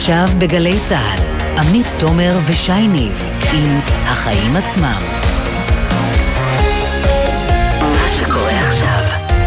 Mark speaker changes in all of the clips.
Speaker 1: עכשיו בגלי צהל, עמית תומר ושי ניב עם החיים עצמם. מה שקורה עכשיו.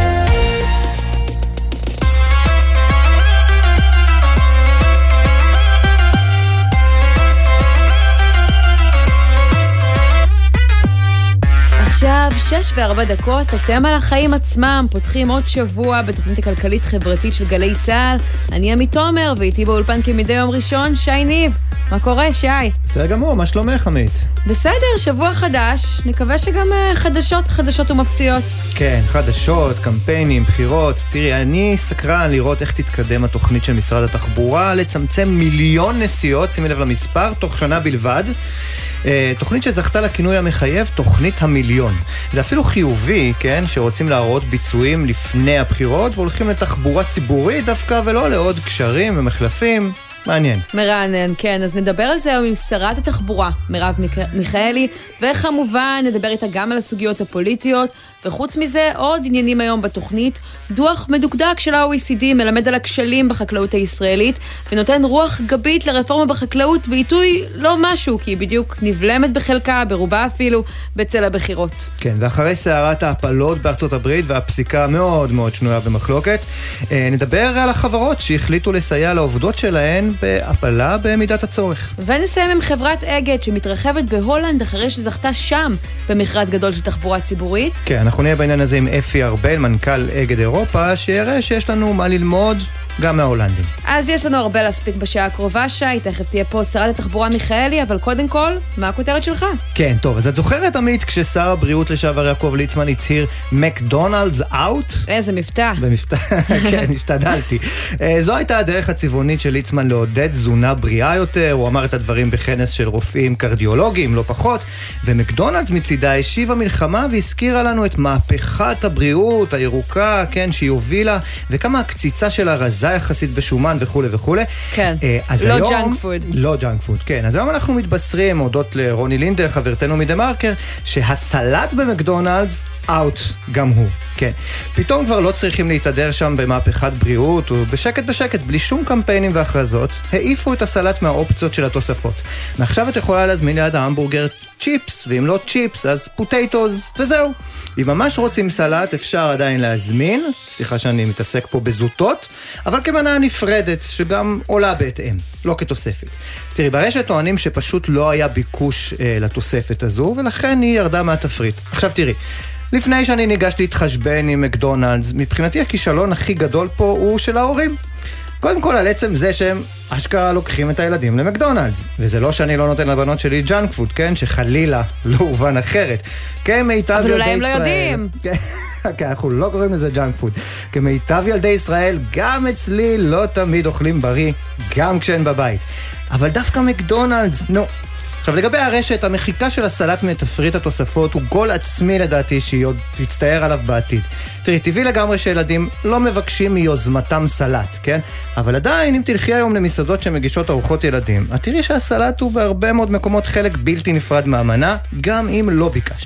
Speaker 2: עכשיו 6:04, אתם על החיים עצמם, פותחים עוד שבוע בתוכנית הכלכלית חברתית של גלי צהל. אני עמית תומר, ואיתי באולפן כמדי יום ראשון, שי ניב. מה קורה, שי?
Speaker 3: בסדר גמור, מה שלומך, עמית?
Speaker 2: בסדר, שבוע חדש, נקווה שגם חדשות ומפתיעות.
Speaker 3: כן, חדשות, קמפיינים, בחירות. תראי, אני סקרן לראות איך תתקדם התוכנית של משרד התחבורה לצמצם 1,000,000 נסיעות, שימי לב למספר, תוך שנה בלבד. תוכנית שזכתה לכינוי המחייב, תוכנית ה1,000,000. זה אפילו חיובי, כן, שרוצים להראות ביצועים לפני הבחירות, והולכים לתחבורה ציבורית דווקא, ולא לעוד קשרים ומחלפים. מעניין.
Speaker 2: מרענן, כן. אז נדבר על זה היום עם שרת התחבורה, מרב מיכאלי, וכמובן נדבר איתה גם על הסוגיות הפוליטיות, וחוץ מזה עוד עניינים היום בתוכנית. דוח מדוקדק של ה-OECD מלמד על הכשלים בחקלאות הישראלית, ונותן רוח גבית לרפורמה בחקלאות בעיתוי לא משהו, כי היא בדיוק נבלמת בחלקה, ברובה אפילו, בצל הבחירות.
Speaker 3: כן, ואחרי סערת ההפלות בארצות הברית והפסיקה מאוד מאוד שנויה במחלוקת, נדבר על החברות שהחליטו לסייע לעובדות שלהן בהפלה במידת הצורך.
Speaker 2: ונסיים עם חברת אגד שמתרחבת בהולנד אחרי שזכתה שם במכרז גדול של תחבורה ציבורית.
Speaker 3: כן, אנחנו נהיה בעניין הזה עם אפי ארבל, מנכ"ל אגד אירופה, שיראה שיש לנו מה ללמוד גם מההולנדים.
Speaker 2: אז יש לנו הרבה להספיק בשעה הקרובה, שי, תכף תהיה פה שרת התחבורה מיכאלי, אבל קודם כל, מה הכותרת שלך? כן,
Speaker 3: טוב, אז את זוכרת, עמית, כששר הבריאות לשעבר יעקב ליצמן הצהיר מקדונלדס אאוט?
Speaker 2: איזה מבטא.
Speaker 3: במבטא, כן, השתדלתי. זו הייתה הדרך הצבעונית של ליצמן לעודד תזונה בריאה יותר, הוא אמר את הדברים בכנס של רופאים קרדיולוגיים, לא פחות, ומקדונלדס מצידה השיבה מלחמה והזכירה לנו את מהפכת הבריאות הירוקה, כן, שהיא הובילה, וכמה הקציצה של הרזה יחסית בשומן וכו' וכו'.
Speaker 2: כן, לא ג'אנק פוד.
Speaker 3: לא ג'אנק פוד, כן. אז היום אנחנו מתבשרים, הודות לרוני לינדר, חברתנו מדמרקר, שהסלט במקדונלדס, אאוט גם הוא. כן. פתאום כבר לא צריכים להתהדר שם במהפכת בריאות, ובשקט בשקט, בלי שום קמפיינים והכרזות, העיפו את הסלט מהאופציות של התוספות. מעכשיו את יכולה להזמין ליד ההמבורגר צ'יפס, ואם לא צ'יפס, אז פוטטוז, וזהו. אם ממש רוצים סלט, אפשר עדיין להזמין, סליחה שאני מתעסק פה בזוטות, אבל כמנה נפרדת, שגם עולה בהתאם, לא כתוספת. תראי, ברשת טוענים שפשוט לא היה ביקוש לתוספת הזו, ולכן היא ירדה מהתפריט. עכשיו תראי, לפני שאני ניגש להתחשבן עם מקדונלדס, מבחינתי הכישלון הכי גדול פה הוא של ההורים. קודם כל על עצם זה שהם אשכרה לוקחים את הילדים למקדונלדס. וזה לא שאני לא נותן לבנות שלי ג'אנק פוד, כן? שחלילה לא הובן אחרת. כמיטב ילדי ישראל... אבל
Speaker 2: אולי הם לא יודעים.
Speaker 3: כן, אנחנו לא קוראים לזה ג'אנק פוד. כמיטב ילדי ישראל, גם אצלי לא תמיד אוכלים בריא, גם כשהם בבית. אבל דווקא מקדונלדס, נו. עכשיו, לגבי הרשת, המחיקה של הסלט מתפריט התוספות הוא גול עצמי לדעתי שהיא עוד תצטער עליו בעתיד. תראי, טבעי לגמרי שילדים לא מבקשים מיוזמתם סלט, כן? אבל עדיין, אם תלכי היום למסעדות שמגישות ארוחות ילדים, את תראי שהסלט הוא בהרבה מאוד מקומות חלק בלתי נפרד מהמנה, גם אם לא ביקשת.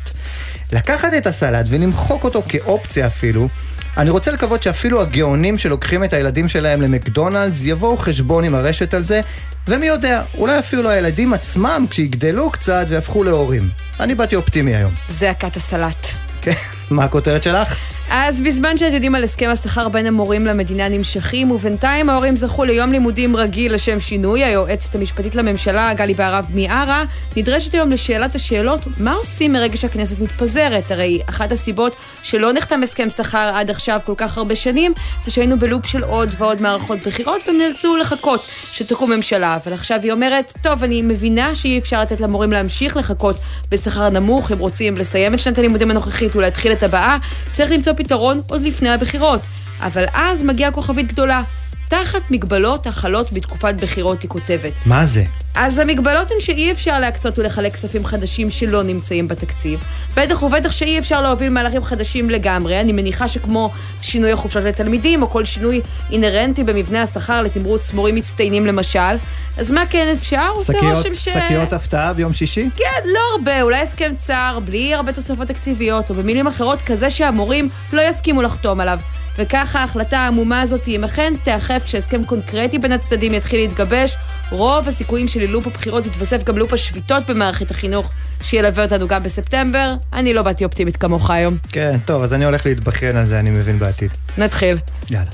Speaker 3: לקחת את הסלט ולמחוק אותו כאופציה אפילו, אני רוצה לקוות שאפילו הגאונים שלוקחים את הילדים שלהם למקדונלדס יבואו חשבון עם הרשת על זה, ומי יודע, אולי אפילו הילדים עצמם כשיגדלו קצת והפכו להורים. אני באתי אופטימי היום.
Speaker 2: זה הקט הסלט.
Speaker 3: כן, מה הכותרת שלך?
Speaker 2: אז בזמן שאת יודעים על הסכם השכר בין המורים למדינה נמשכים, ובינתיים ההורים זכו ליום לימודים רגיל לשם שינוי, היועצת המשפטית לממשלה, גלי בהרב מיארה, נדרשת היום לשאלת השאלות, מה עושים מרגע שהכנסת מתפזרת? הרי אחת הסיבות שלא נחתם הסכם שכר עד עכשיו כל כך הרבה שנים, זה שהיינו בלופ של עוד ועוד מערכות בחירות, והם נאלצו לחכות שתקום ממשלה. אבל עכשיו היא אומרת, טוב, אני מבינה שאי אפשר לתת למורים להמשיך לחכות בשכר נמוך, הם רוצים לסיים את שנת הלימודים הנוכחית ולהתחיל את הבאה, צריך למצוא פתרון עוד לפני הבחירות. אבל אז מגיעה כוכבית גדולה. תחת מגבלות החלות בתקופת בחירות, היא כותבת.
Speaker 3: מה זה?
Speaker 2: אז המגבלות הן שאי אפשר להקצות ולחלק כספים חדשים שלא נמצאים בתקציב. בטח ובטח שאי אפשר להוביל מהלכים חדשים לגמרי. אני מניחה שכמו שינוי החופשות לתלמידים, או כל שינוי אינרנטי במבנה השכר לתמרוץ מורים מצטיינים למשל. אז מה כן אפשר?
Speaker 3: שקיות הפתעה ביום שישי?
Speaker 2: כן, לא הרבה. אולי הסכם צר, בלי הרבה תוספות תקציביות, או במילים אחרות כזה שהמורים לא יסכימו לחתום עליו. וככה ההחלטה העמומה הזאת היא אכן תאכף כשהסכם קונקרטי בין הצדדים יתחיל להתגבש, רוב הסיכויים של לופ הבחירות יתווסף גם לופ השביתות במערכת החינוך, שילווה אותנו גם בספטמבר. אני לא באתי אופטימית כמוך היום.
Speaker 3: כן, טוב, אז אני הולך להתבחן על זה, אני מבין בעתיד.
Speaker 2: נתחיל.
Speaker 3: יאללה.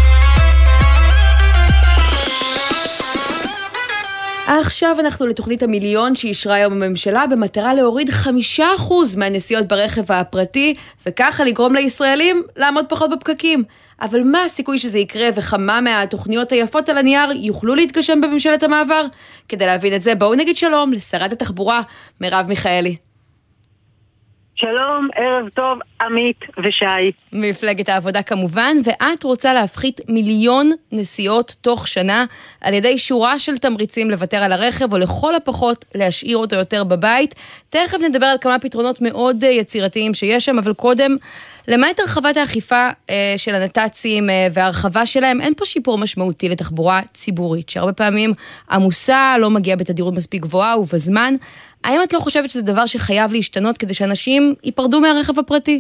Speaker 2: עכשיו אנחנו לתוכנית המיליון שאישרה היום הממשלה במטרה להוריד 5% מהנסיעות ברכב הפרטי, וככה לגרום לישראלים לעמוד פחות בפקקים. אבל מה הסיכוי שזה יקרה וכמה מהתוכניות היפות על הנייר יוכלו להתגשם בממשלת המעבר? כדי להבין את זה, בואו נגיד שלום לשרת התחבורה, מרב מיכאלי.
Speaker 4: שלום, ערב טוב, עמית ושי.
Speaker 2: מפלגת העבודה כמובן, ואת רוצה להפחית 1,000,000 נסיעות תוך שנה על ידי שורה של תמריצים לוותר על הרכב, או לכל הפחות להשאיר אותו יותר בבית. תכף נדבר על כמה פתרונות מאוד יצירתיים שיש שם, אבל קודם, למעט הרחבת האכיפה של הנת"צים והרחבה שלהם, אין פה שיפור משמעותי לתחבורה ציבורית, שהרבה פעמים עמוסה, לא מגיעה בתדירות מספיק גבוהה ובזמן. האם את לא חושבת שזה דבר שחייב להשתנות כדי שאנשים ייפרדו מהרכב הפרטי?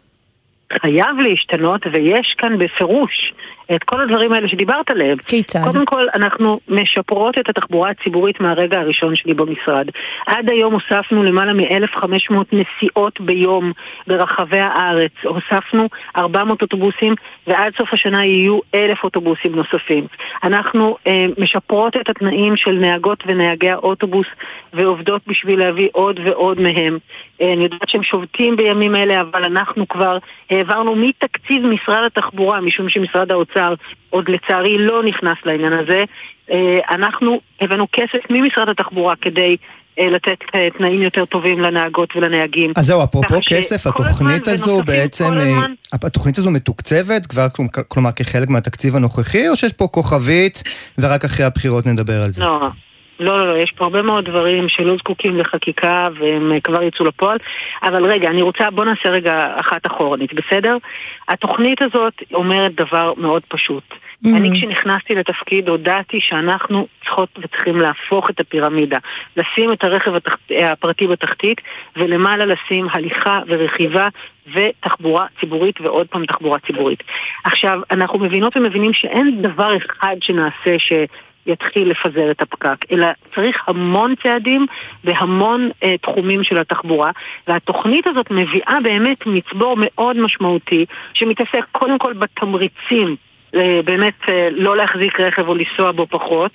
Speaker 4: חייב להשתנות, ויש כאן בפירוש את כל הדברים האלה שדיברת עליהם.
Speaker 2: כיצד?
Speaker 4: קודם כל, אנחנו משפרות את התחבורה הציבורית מהרגע הראשון שלי במשרד. עד היום הוספנו למעלה מ-1,500 נסיעות ביום ברחבי הארץ. הוספנו 400 אוטובוסים, ועד סוף השנה יהיו 1,000 אוטובוסים נוספים. אנחנו משפרות את התנאים של נהגות ונהגי האוטובוס, ועובדות בשביל להביא עוד ועוד מהם. אני יודעת שהם שובתים בימים אלה, אבל אנחנו כבר העברנו מתקציב משרד התחבורה, משום שמשרד האוצר עוד לצערי לא נכנס לעניין הזה. אנחנו הבאנו כסף ממשרד התחבורה כדי לתת תנאים יותר טובים לנהגות ולנהגים.
Speaker 3: אז זהו, אפרופו כסף, התוכנית הזו בעצם, התוכנית הזו מתוקצבת כבר, כלומר כחלק מהתקציב הנוכחי, או שיש פה כוכבית ורק אחרי הבחירות נדבר על זה?
Speaker 4: לא, יש פה הרבה מאוד דברים שלא זקוקים לחקיקה והם כבר יצאו לפועל, אבל רגע, בוא נעשה רגע אחת אחורנית, בסדר? התוכנית הזאת אומרת דבר מאוד פשוט. אני כשנכנסתי לתפקיד הודעתי שאנחנו צריכות וצריכים להפוך את הפירמידה, לשים את הרכב הפרטי בתחתית, ולמעלה לשים הליכה ורכיבה ותחבורה ציבורית, ועוד פעם תחבורה ציבורית. עכשיו, אנחנו מבינות ומבינים שאין דבר אחד שנעשה יתחיל לפזר את הפקק, אלא צריך המון צעדים והמון תחומים של התחבורה, והתוכנית הזאת מביאה באמת מצבור מאוד משמעותי, שמתעסק קודם כל בתמריצים, באמת לא להחזיק רכב או לנסוע בו פחות,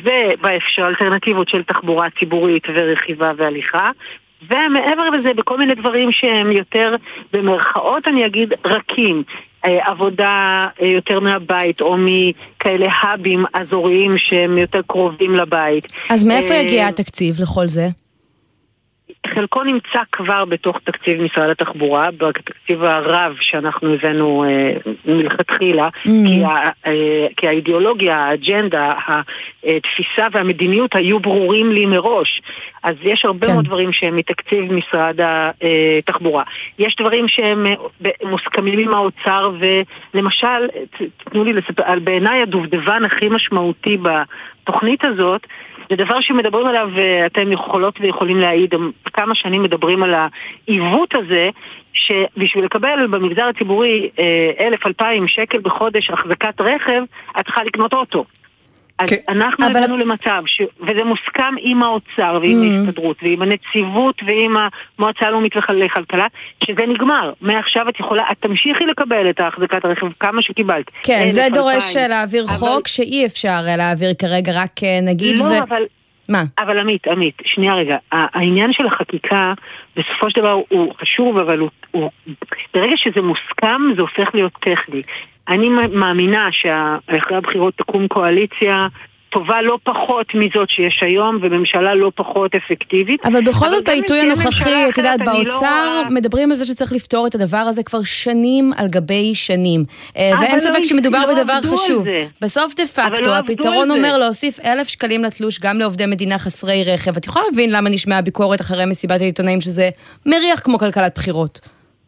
Speaker 4: ובאלטרנטיבות של תחבורה ציבורית ורכיבה והליכה, ומעבר לזה בכל מיני דברים שהם יותר במרכאות אני אגיד רכים, עבודה יותר מהבית או מכאלה האבים אזוריים שהם יותר קרובים לבית.
Speaker 2: אז מאיפה יגיע התקציב לכל זה?
Speaker 4: חלקו נמצא כבר בתוך תקציב משרד התחבורה, בתקציב הרב שאנחנו הבאנו מלכתחילה, כי האידיאולוגיה, האג'נדה, התפיסה והמדיניות היו ברורים לי מראש. אז יש הרבה מאוד דברים שהם מתקציב משרד התחבורה. יש דברים שהם מוסכמים עם האוצר, ולמשל, תתנו לי לספר, על בעיניי הדובדבן הכי משמעותי בתוכנית הזאת, זה דבר שמדברים עליו, ואתם יכולות ויכולים להעיד, כמה שנים מדברים על העיוות הזה, שבשביל לקבל במגזר הציבורי 1,000-2,000 שקל בחודש החזקת רכב, את צריכה לקנות אוטו. אז אנחנו הבאנו למצב, וזה מוסכם עם האוצר ועם ההסתדרות ועם הנציבות ועם המועצה הלאומית לכלכלה, שזה נגמר. מעכשיו את תמשיכי לקבל את החזקת הרכב כמה שקיבלת.
Speaker 2: כן, זה דורש להעביר חוק שאי אפשר להעביר כרגע, רק נגיד.
Speaker 4: לא, אבל עמית, שנייה רגע. העניין של החקיקה, בסופו של דבר הוא חשוב, אבל ברגע שזה מוסכם, זה הופך להיות טכני. אני מאמינה שאחרי הבחירות תקום קואליציה טובה לא פחות מזאת שיש היום, וממשלה לא פחות אפקטיבית.
Speaker 2: אבל בכל זאת בעיתוי הנוכחי, את יודעת, באוצר מדברים על זה שצריך לפתור את הדבר הזה כבר שנים על גבי שנים. ואין ספק שמדובר בדבר חשוב. בסוף דה פקטו, הפתרון אומר להוסיף 1,000 שקלים לתלוש גם לעובדי מדינה חסרי רכב. את יכולה להבין למה נשמעה ביקורת אחרי מסיבת העיתונאים שזה מריח כמו כלכלת בחירות.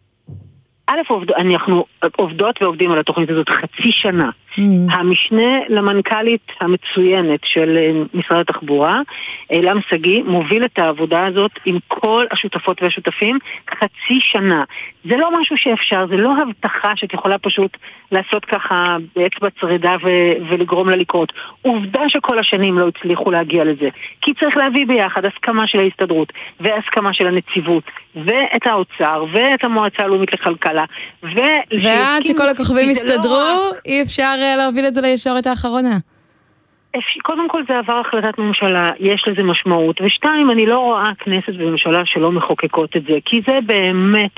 Speaker 4: אנחנו עובדות ועובדים על התוכנית הזאת חצי שנה. המשנה למנכ"לית המצוינת של משרד התחבורה, אילם סגי, מוביל את העבודה הזאת עם כל השותפות והשותפים חצי שנה. זה לא משהו שאפשר, זה לא הבטחה שאת יכולה פשוט לעשות ככה באצבע צרידה ולגרום לה לקרות. עובדה שכל השנים לא הצליחו להגיע לזה, כי צריך להביא ביחד הסכמה של ההסתדרות והסכמה של הנציבות ואת האוצר ואת המועצה הלאומית לכלכלה
Speaker 2: ועד שכל הכוכבים יסתדרו, אי אפשר להוביל את זה לישורת האחרונה.
Speaker 4: קודם כל זה עבר החלטת ממשלה, יש לזה משמעות, ושתיים, אני לא רואה כנסת וממשלה שלא מחוקקות את זה, כי זה באמת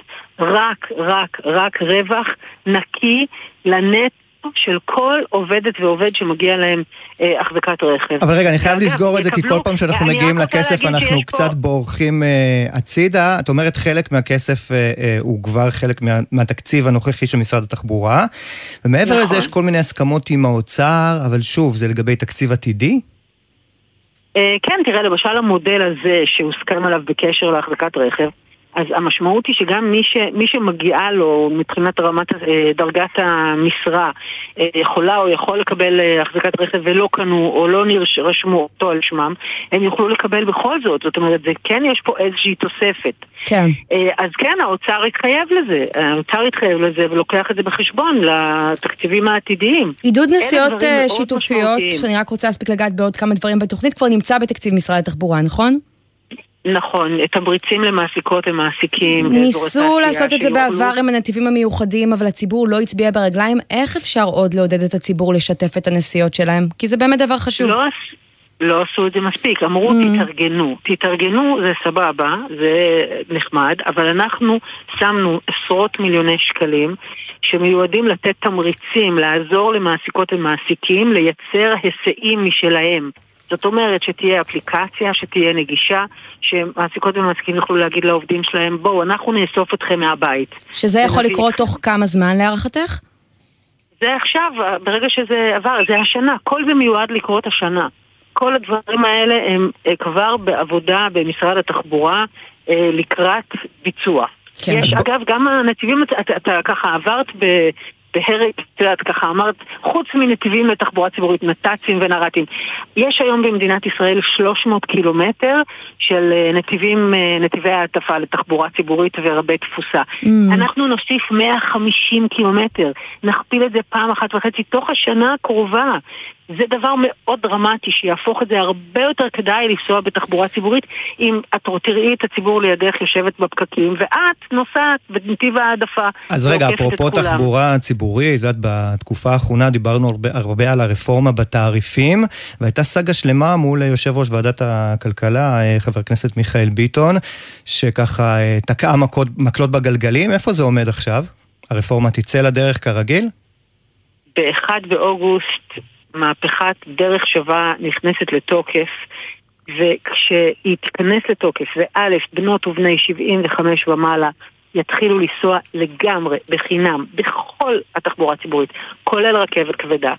Speaker 4: רק רווח נקי לנט של כל עובדת ועובד שמגיע להם החזקת רכב.
Speaker 3: אבל רגע, אני חייב לסגור את זה, כי כל פעם שאנחנו מגיעים לכסף אנחנו קצת בורחים הצידה. את אומרת חלק מהכסף הוא כבר חלק מהתקציב הנוכחי של משרד התחבורה, ומעבר לזה יש כל מיני הסכמות עם האוצר, אבל שוב, זה לגבי תקציב עתידי?
Speaker 4: כן, תראה, למשל המודל הזה שהוסכם עליו בקשר להחזקת רכב, אז המשמעות היא שגם מי שמגיעה לו מבחינת רמת דרגת המשרה יכולה או יכול לקבל החזקת רכב ולא קנו או לא רשמו אותו על שמם, הם יוכלו לקבל בכל זאת. זאת אומרת, זה כן יש פה איזושהי תוספת.
Speaker 2: כן.
Speaker 4: אז כן, האוצר התחייב לזה ולוקח את זה בחשבון לתקציבים העתידיים.
Speaker 2: עידוד נסיעות שיתופיות, שאני רק רוצה להספיק לגעת בעוד כמה דברים בתוכנית, כבר נמצא בתקציב משרד התחבורה, נכון?
Speaker 4: נכון, תמריצים למעסיקות ומעסיקים.
Speaker 2: ניסו לעשות את זה בעבר עם הנתיבים המיוחדים, אבל הציבור לא הצביע ברגליים. איך אפשר עוד לעודד את הציבור לשתף את הנסיעות שלהם? כי זה באמת דבר חשוב.
Speaker 4: לא עשו את זה מספיק, אמרו תתארגנו, זה סבבה, זה נחמד, אבל אנחנו שמנו עשרות מיליוני שקלים שמיועדים לתת תמריצים, לעזור למעסיקות ומעסיקים, לייצר היסעים משלהם. זאת אומרת שתהיה אפליקציה, שתהיה נגישה, שמעסיקות ומעסיקים יוכלו להגיד לעובדים שלהם, בואו, אנחנו נאסוף אתכם מהבית.
Speaker 2: שזה יכול לקרות תוך כמה זמן להערכתך?
Speaker 4: זה עכשיו, ברגע שזה עבר, זה השנה, כל זה מיועד לקרות השנה. כל הדברים האלה הם כבר בעבודה במשרד התחבורה לקראת ביצוע. כן. יש, אגב, גם הנתיבים, אתה ככה עברת בהרג, ככה אמרת, חוץ מנתיבים לתחבורה ציבורית, נת"צים ונר"תים, יש היום במדינת ישראל 300 קילומטר של נתיבי העטפה לתחבורה ציבורית ורבי תפוסה. אנחנו נוסיף 150 קילומטר, נכפיל את זה פעם 1.5 תוך השנה הקרובה. זה דבר מאוד דרמטי שיהפוך את זה הרבה יותר כדאי לנסוע בתחבורה ציבורית אם את תראי את הציבור לידך יושבת בפקקים ואת נוסעת בנתיב העדפה.
Speaker 3: אז רגע, אפרופו תחבורה ציבורית, בתקופה האחרונה דיברנו הרבה על הרפורמה בתעריפים, והייתה סגה שלמה מול יושב ראש ועדת הכלכלה, חבר הכנסת מיכאל ביטון, שככה תקעה מקלות בגלגלים. איפה זה עומד עכשיו? הרפורמה תצא לדרך כרגיל?
Speaker 4: ב-1 באוגוסט מהפכת דרך שווה נכנסת לתוקף, וכשהיא תיכנס לתוקף, וא' בנות ובני 75 ומעלה יתחילו לנסוע לגמרי, בחינם, בכל התחבורה הציבורית, כולל רכבת כבדה,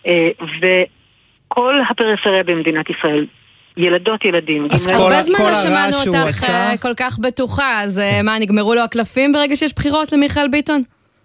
Speaker 4: וכל הפריפריה במדינת ישראל, ילדות, ילדים.
Speaker 2: אז הרבה זמן לא שמענו אותך כל כך בטוחה, אז מה, נגמרו לו הקלפים ברגע שיש בחירות למיכאל ביטון?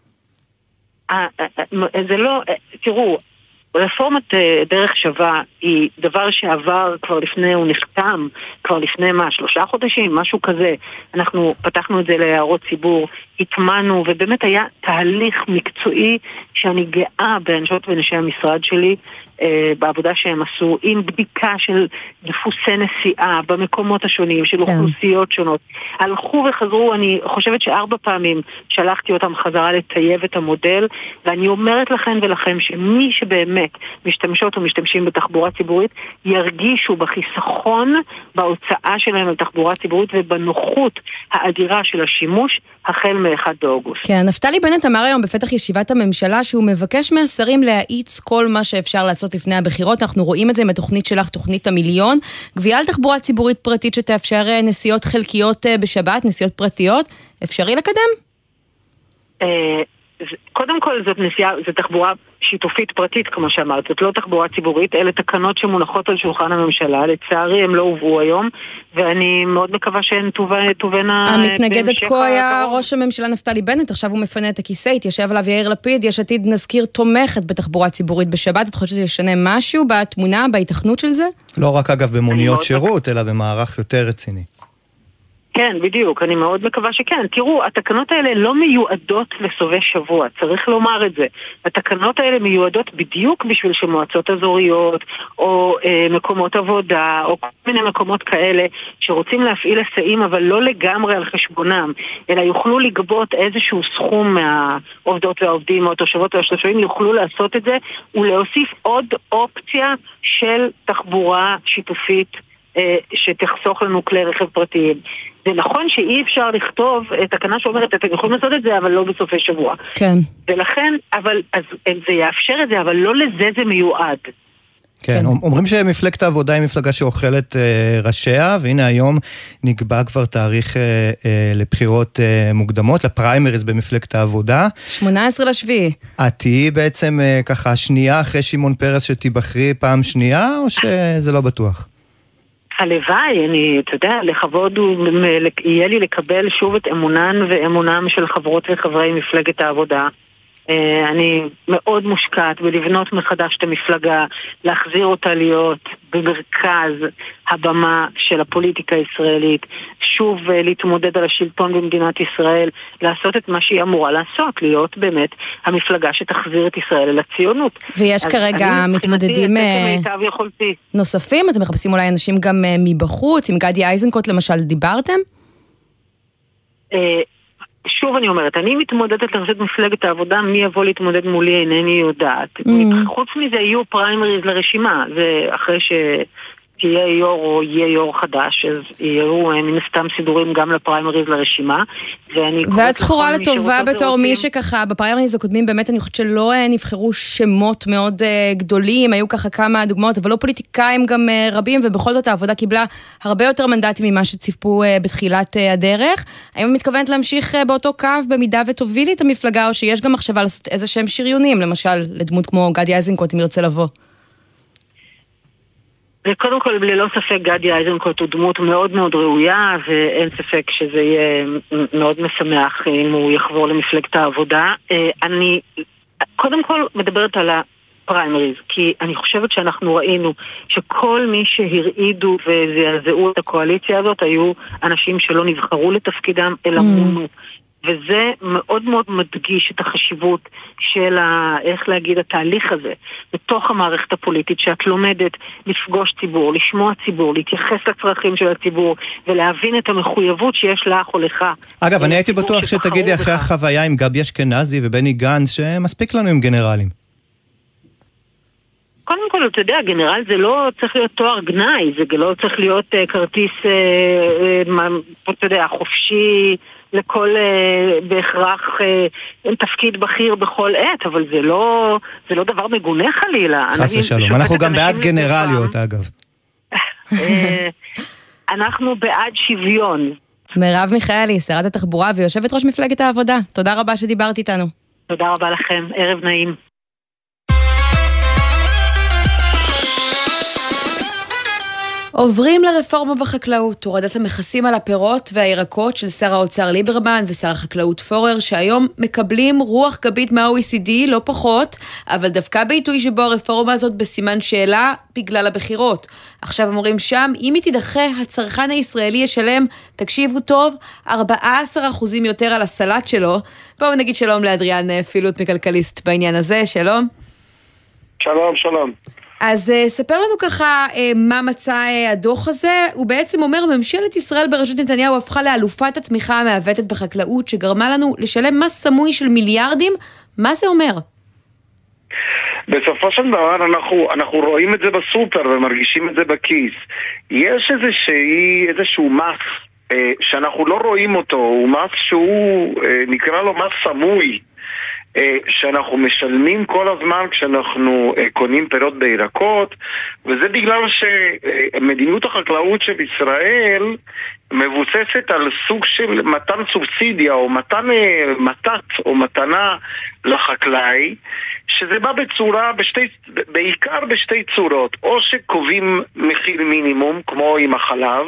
Speaker 4: זה לא, תראו, רפורמת דרך שווה היא דבר שעבר כבר לפני, הוא נחתם כבר לפני 3 חודשים, משהו כזה. אנחנו פתחנו את זה להערות ציבור, התמנו, ובאמת היה תהליך מקצועי שאני גאה באנשות ונשי המשרד שלי, בעבודה שהם עשו, עם בדיקה של דפוסי נסיעה במקומות השונים, של אוכלוסיות שונות. הלכו וחזרו, אני חושבת 4 פעמים שלחתי אותם חזרה לטייב את המודל, ואני אומרת לכם ולכם שמי שבאמת משתמשות ומשתמשים בתחבורה ציבורית, ירגישו בחיסכון בהוצאה שלהם על תחבורה ציבורית ובנוחות האדירה של השימוש החל מ-1 באוגוסט.
Speaker 2: כן, נפתלי בנט אמר היום בפתח ישיבת הממשלה שהוא מבקש מהשרים להאיץ כל מה שאפשר לעשות לפני הבחירות. אנחנו רואים את זה עם התוכנית שלך, תוכנית המיליון, גבייה על תחבורה ציבורית פרטית שתאפשר נסיעות חלקיות בשבת, נסיעות פרטיות. אפשרי לקדם?
Speaker 4: קודם כל זאת נסיעה, זו תחבורה שיתופית פרטית כמו שאמרת, זאת לא תחבורה ציבורית, אלה תקנות שמונחות על שולחן הממשלה, לצערי הם לא הובאו היום, ואני מאוד מקווה שהן תובנה...
Speaker 2: המתנגדת כה היה ראש הממשלה נפתלי בנט, עכשיו הוא מפנה את הכיסא, התיישב עליו יאיר לפיד, יש עתיד נזכיר תומכת בתחבורה ציבורית בשבת, את חושבת שזה ישנה משהו בתמונה, בהיתכנות של זה?
Speaker 3: לא רק אגב במוניות שירות, אלא במערך יותר רציני.
Speaker 4: כן, בדיוק, אני מאוד מקווה שכן. תראו, התקנות האלה לא מיועדות לסובי שבוע, צריך לומר את זה. התקנות האלה מיועדות בדיוק בשביל שמועצות אזוריות, או מקומות עבודה, או כל מיני מקומות כאלה, שרוצים להפעיל היסעים, אבל לא לגמרי על חשבונם, אלא יוכלו לגבות איזשהו סכום מהעובדות והעובדים, או התושבות והתושבים, יוכלו לעשות את זה, ולהוסיף עוד אופציה של תחבורה שיתופית, שתחסוך לנו כלי רכב פרטיים. זה נכון שאי אפשר לכתוב תקנה שאומרת, אתם יכולים לעשות את זה, אבל לא בסופי שבוע.
Speaker 2: כן.
Speaker 4: ולכן, אז זה יאפשר את זה, אבל לא לזה זה מיועד.
Speaker 3: כן, אומרים שמפלגת העבודה היא מפלגה שאוכלת ראשיה, והנה היום נקבע כבר תאריך לבחירות מוקדמות, לפריימריז במפלגת העבודה.
Speaker 2: 18/7.
Speaker 3: את תהיי בעצם ככה שנייה אחרי שמעון פרס שתיבחרי פעם שנייה, או שזה לא בטוח?
Speaker 4: הלוואי, אתה יודע, לכבוד יהיה לי לקבל שוב את אמונן ואמונם של חברות וחברי מפלגת העבודה. אני מאוד מושקעת בלבנות מחדש את המפלגה, להחזיר אותה להיות במרכז הבמה של הפוליטיקה הישראלית, שוב להתמודד על השלטון במדינת ישראל, לעשות את מה שהיא אמורה לעשות, להיות באמת המפלגה שתחזיר את ישראל לציונות.
Speaker 2: ויש כרגע מתמודדים נוספים, אתם מחפשים אולי אנשים גם מבחוץ, עם גדי איזנקוט למשל דיברתם?
Speaker 4: שוב אני אומרת, אני מתמודדת לרשת מפלגת העבודה, מי יבוא להתמודד מולי אינני יודעת. חוץ מזה יהיו פריימריז לרשימה, זה אחרי שתהיה יור או יהיה יור חדש, אז יהיו מן סתם סידורים גם לפריימריז לרשימה.
Speaker 2: ואת זכורה לטובה בתור מי שככה, בפריימריז הקודמים באמת אני חושבת שלא נבחרו שמות מאוד גדולים, היו ככה כמה דוגמאות, אבל לא פוליטיקאים גם רבים, ובכל זאת העבודה קיבלה הרבה יותר מנדטים ממה שציפו בתחילת הדרך. האם מתכוונת להמשיך באותו קו במידה ותובילי את המפלגה, או שיש גם מחשבה לעשות איזה שהם שריונים, למשל לדמות כמו גדי איזנקוט אם ירצה לבוא?
Speaker 4: וקודם כל, ללא ספק, גדי איזנקוט הוא דמות מאוד מאוד ראויה, ואין ספק שזה יהיה מאוד משמח אם הוא יחבור למפלגת העבודה. אני קודם כל מדברת על הפריימריז, כי אני חושבת שאנחנו ראינו שכל מי שהרעידו וזעזעו את הקואליציה הזאת היו אנשים שלא נבחרו לתפקידם, אלא מונו. וזה מאוד מאוד מדגיש את החשיבות של, איך להגיד, התהליך הזה, בתוך המערכת הפוליטית, שאת לומדת לפגוש ציבור, לשמוע ציבור, להתייחס לצרכים של הציבור, ולהבין את המחויבות שיש לך או לך.
Speaker 3: אגב, אני הייתי בטוח שתגידי אחרי החוויה עם גבי אשכנזי ובני גנץ, שמספיק לנו עם גנרלים.
Speaker 4: קודם כל, אתה יודע, גנרל זה לא צריך להיות תואר גנאי, זה לא צריך להיות כרטיס, אתה יודע, חופשי, לכל בהכרח תפקיד בכיר בכל עת, אבל זה לא דבר מגונה חלילה.
Speaker 3: חס ושלום, אנחנו גם בעד גנרליות אגב.
Speaker 4: אנחנו בעד שוויון.
Speaker 2: מירב מיכאלי, שרת התחבורה ויושבת ראש מפלגת העבודה, תודה רבה שדיברת איתנו.
Speaker 4: תודה רבה לכם, ערב נעים.
Speaker 2: עוברים לרפורמה בחקלאות, הורדת המכסים על הפירות והירקות של שר האוצר ליברמן ושר החקלאות פורר, שהיום מקבלים רוח גבית מה-OECD, לא פחות, אבל דווקא בעיתוי שבו הרפורמה הזאת בסימן שאלה בגלל הבחירות. עכשיו אומרים שם, אם היא תידחה, הצרכן הישראלי ישלם, תקשיבו טוב, 14% יותר על הסלט שלו. בואו נגיד שלום לאדריאן פילוט מכלכליסט בעניין הזה, שלום.
Speaker 5: שלום, שלום.
Speaker 2: אז ספר לנו ככה מה מצא הדוח הזה. הוא בעצם אומר, ממשלת ישראל בראשות נתניהו הפכה לאלופת התמיכה המעוותת בחקלאות, שגרמה לנו לשלם מס סמוי של מיליארדים. מה זה אומר?
Speaker 5: בסופו של דבר אנחנו רואים את זה בסופר ומרגישים את זה בכיס. יש איזשהו מס שאנחנו לא רואים אותו, הוא מס שהוא נקרא לו מס סמוי, שאנחנו משלמים כל הזמן כשאנחנו קונים פירות בירקות, וזה בגלל שמדיניות החקלאות של ישראל מבוססת על סוג של מתן סובסידיה או מתן מתת או מתנה לחקלאי, שזה בא בעיקר בשתי צורות, או שקובעים מחיר מינימום כמו עם החלב,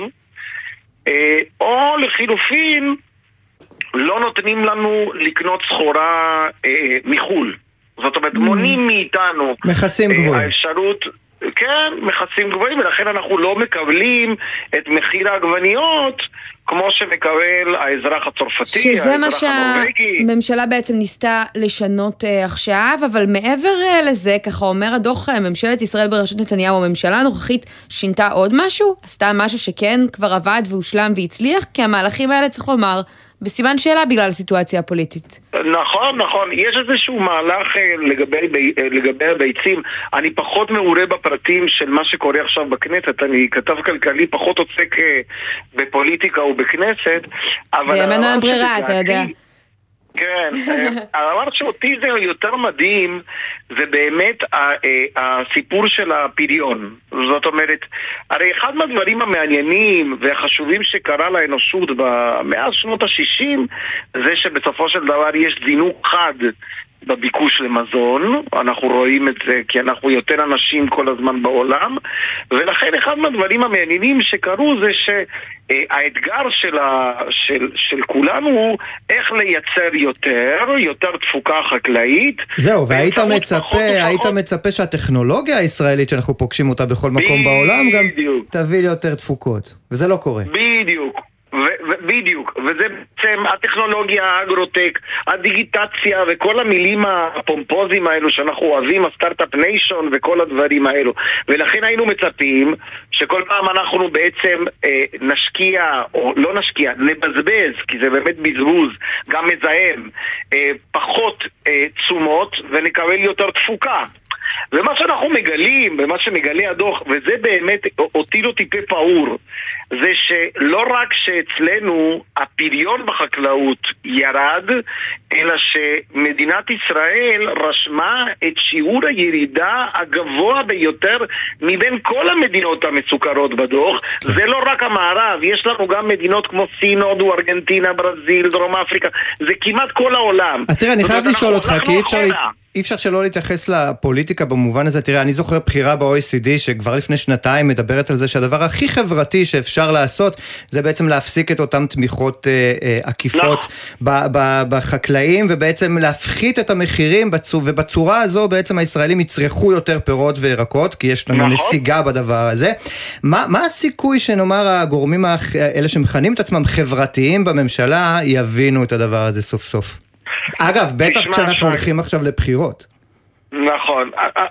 Speaker 5: או לחילופין לא נותנים לנו לקנות סחורה מחול. זאת אומרת, מונים מאיתנו
Speaker 3: מכסים גבוהים.
Speaker 5: האפשרות, כן, מכסים גבוהים, ולכן אנחנו לא מקבלים את מחיר העגבניות כמו שמקבל האזרח הצרפתי,
Speaker 2: שזה מה
Speaker 5: האזרח הנורווגי.
Speaker 2: שהממשלה בעצם ניסתה לשנות עכשיו, אבל מעבר לזה, ככה אומר הדוח, ממשלת ישראל בראשות נתניהו, הממשלה הנוכחית שינתה עוד משהו? עשתה משהו שכן כבר עבד והושלם והצליח? כי המהלכים האלה צריך לומר בסימן שאלה בגלל הסיטואציה הפוליטית.
Speaker 5: נכון, נכון. יש איזשהו מהלך לגבי הביצים. אני פחות מעורה בפרטים של מה שקורה עכשיו בכנסת. אני כתב כלכלי, פחות עוסק בפוליטיקה ובכנסת.
Speaker 2: בימינו אין ברירה, אתה יודע.
Speaker 5: כן, הדבר שאותי זה יותר מדהים זה באמת הסיפור של הפריון. זאת אומרת, הרי אחד מהדברים המעניינים והחשובים שקרה לאנושות מאז שנות ה-60 זה שבסופו של דבר יש זינוק חד בביקוש למזון. אנחנו רואים את זה כי אנחנו יותר אנשים כל הזמן בעולם, ולכן אחד מהדברים המעניינים שקרו זה שהאתגר של כולנו הוא איך לייצר יותר תפוקה חקלאית.
Speaker 3: זהו, והיית מצפה שהטכנולוגיה הישראלית שאנחנו פוגשים אותה בכל מקום בעולם גם תביא יותר תפוקות, וזה לא קורה.
Speaker 5: בדיוק, וזה בעצם הטכנולוגיה, האגרוטק, הדיגיטציה וכל המילים הפומפוזים האלו שאנחנו אוהבים, הסטארט-אפ ניישון וכל הדברים האלו, ולכן היינו מצפים שכל פעם אנחנו בעצם נשקיע, או לא נשקיע, נבזבז, כי זה באמת בזבוז, גם מזהם, פחות תשומות ונקבל יותר תפוקה. ומה שאנחנו מגלים, ומה שמגלה הדוח, וזה באמת אותי לא טיפה פעור, זה שלא רק שאצלנו הפריון בחקלאות ירד, אלא שמדינת ישראל רשמה את שיעור הירידה הגבוה ביותר מבין כל המדינות המסוכרות בדוח. זה לא רק המערב, יש לנו גם מדינות כמו סין, הודו, ארגנטינה, ברזיל, דרום אפריקה, זה כמעט כל העולם.
Speaker 3: אז תראה, אני חייב לשאול אותך, כי אי אפשר שלא להתייחס לפוליטיקה במובן הזה. תראה, אני זוכר בחירה ב-OECD שכבר לפני שנתיים מדברת על זה שהדבר הכי חברתי שאפשר לעשות זה בעצם להפסיק את אותם תמיכות עקיפות בחקלאים, ובעצם להפחית את המחירים, ובצורה הזו בעצם הישראלים יצרכו יותר פירות וירקות, כי יש לנו נסיגה בדבר הזה. מה הסיכוי שנאמר הגורמים האלה שמכנים את עצמם חברתיים בממשלה יבינו את הדבר הזה סוף סוף? אגב, בטח כשאנחנו הולכים עכשיו לבחירות.
Speaker 5: נכון,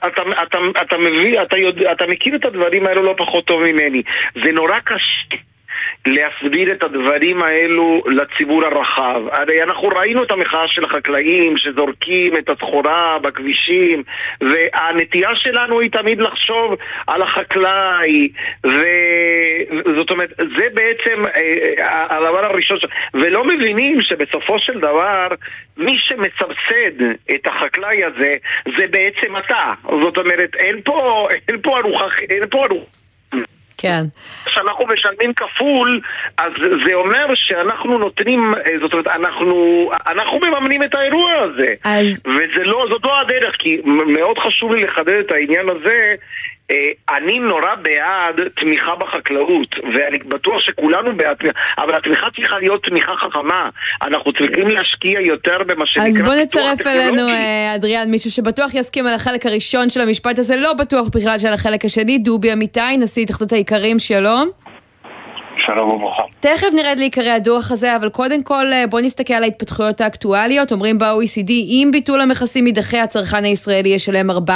Speaker 5: אתה מכיר את הדברים האלו לא פחות טוב ממני. זה נורא קשה להסביר את הדברים האלו לציבור הרחב. הרי אנחנו ראינו את המחאה של החקלאים שזורקים את הסחורה בכבישים, והנטייה שלנו היא תמיד לחשוב על החקלאי, וזאת אומרת, זה בעצם הדבר הראשון, ולא מבינים שבסופו של דבר מי שמסבסד את החקלאי הזה זה בעצם אתה. זאת אומרת, אין פה ארוחה.
Speaker 2: כן.
Speaker 5: כשאנחנו משלמים כפול, אז זה אומר שאנחנו נותנים, זאת אומרת, אנחנו מממנים את האירוע הזה. זאת לא הדרך, כי מאוד חשוב לי לחדד את העניין הזה. אני נורא בעד תמיכה בחקלאות, ואני בטוח שכולנו בעד, אבל התמיכה צריכה להיות תמיכה חכמה. אנחנו צריכים להשקיע יותר במה שנקרא
Speaker 2: אז
Speaker 5: פיתוח
Speaker 2: בוא
Speaker 5: טכנולוגי.
Speaker 2: נצרף אלינו, אדריאן, מישהו שבטוח יסכים על החלק הראשון של המשפט הזה, לא בטוח בכלל של החלק השני. דובי אמיתי, נשיא התאחדות האיכרים, שלום.
Speaker 6: שלום וברכה.
Speaker 2: תכף נרד לעיקרי הדוח הזה, אבל קודם כל בוא נסתכל על ההתפתחויות האקטואליות. אומרים ב-OECD, אם ביטול המכסים יידחה, הצרכן הישראלי ישלם 14%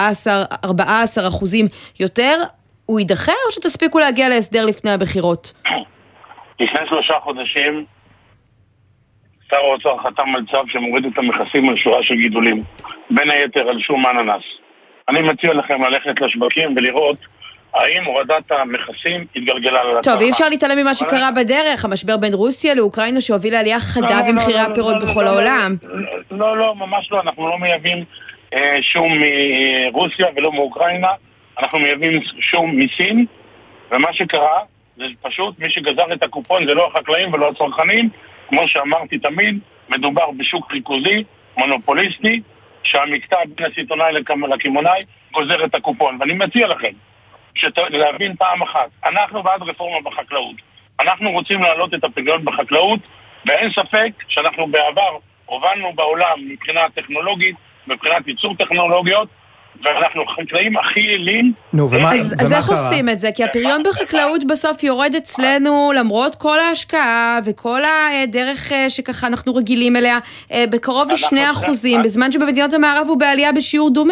Speaker 2: יותר. הוא יידחה או שתספיקו להגיע להסדר לפני הבחירות?
Speaker 6: לפני 3 חודשים שר האוצר חתם על צו שמוריד את המכסים על שורה של גידולים, בין היתר על שום אננס. אני מציע לכם ללכת לשווקים ולראות האם הורדת המכסים התגלגלה לצרכן.
Speaker 2: טוב, אי אפשר להתעלם ממה שקרה בדרך, המשבר בין רוסיה לאוקראינה שהוביל לעלייה חדה במחירי הפירות בכל העולם.
Speaker 6: לא, ממש לא, אנחנו לא מייבאים שום מרוסיה ולא מאוקראינה, אנחנו מייבאים שום מסין, ומה שקרה זה פשוט מי שגזר את הקופון זה לא החקלאים ולא הצרכנים, כמו שאמרתי תמיד, מדובר בשוק ריכוזי, מונופוליסטי, שהמקטע בין הסיטונאי לקמעונאי גוזר את הקופון, ואני מציע לכם להבין פעם אחת, אנחנו בעד רפורמה בחקלאות. אנחנו רוצים להעלות את הפריון בחקלאות, ואין ספק שאנחנו בעבר הובלנו בעולם מבחינה טכנולוגית, מבחינת ייצור טכנולוגיות, ואנחנו חקלאים הכי יעילים.
Speaker 3: נו, ומה קרה?
Speaker 2: אז איך עושים את זה? כי הפריון בחקלאות בסוף יורד אצלנו, למרות כל ההשקעה וכל הדרך שככה אנחנו רגילים אליה, בקרוב ל2%, בזמן שבמדינות המערב הוא בעלייה בשיעור דומה.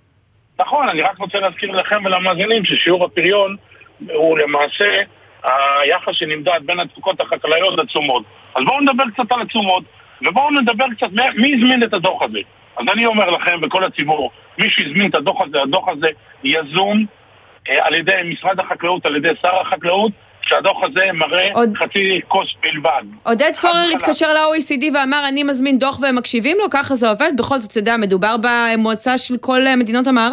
Speaker 6: נכון, אני רק רוצה להזכיר לכם ולמאזינים ששיעור הפריון הוא למעשה היחס שנמדד בין התפוקות החקלאיות לתשומות. אז בואו נדבר קצת על התשומות, ובואו נדבר קצת מי הזמין את הדוח הזה. אז אני אומר לכם וכל הציבור, מי שהזמין את הדוח הזה יזום על ידי משרד החקלאות, על ידי שר החקלאות, שהדוח הזה מראה חצי כוס בלבד.
Speaker 2: עודד פורר התקשר ל-OECD ואמר, אני מזמין דוח והם מקשיבים לו, ככה זה עובד? בכל זאת, אתה יודע, מדובר במועצה של כל מדינות המערב.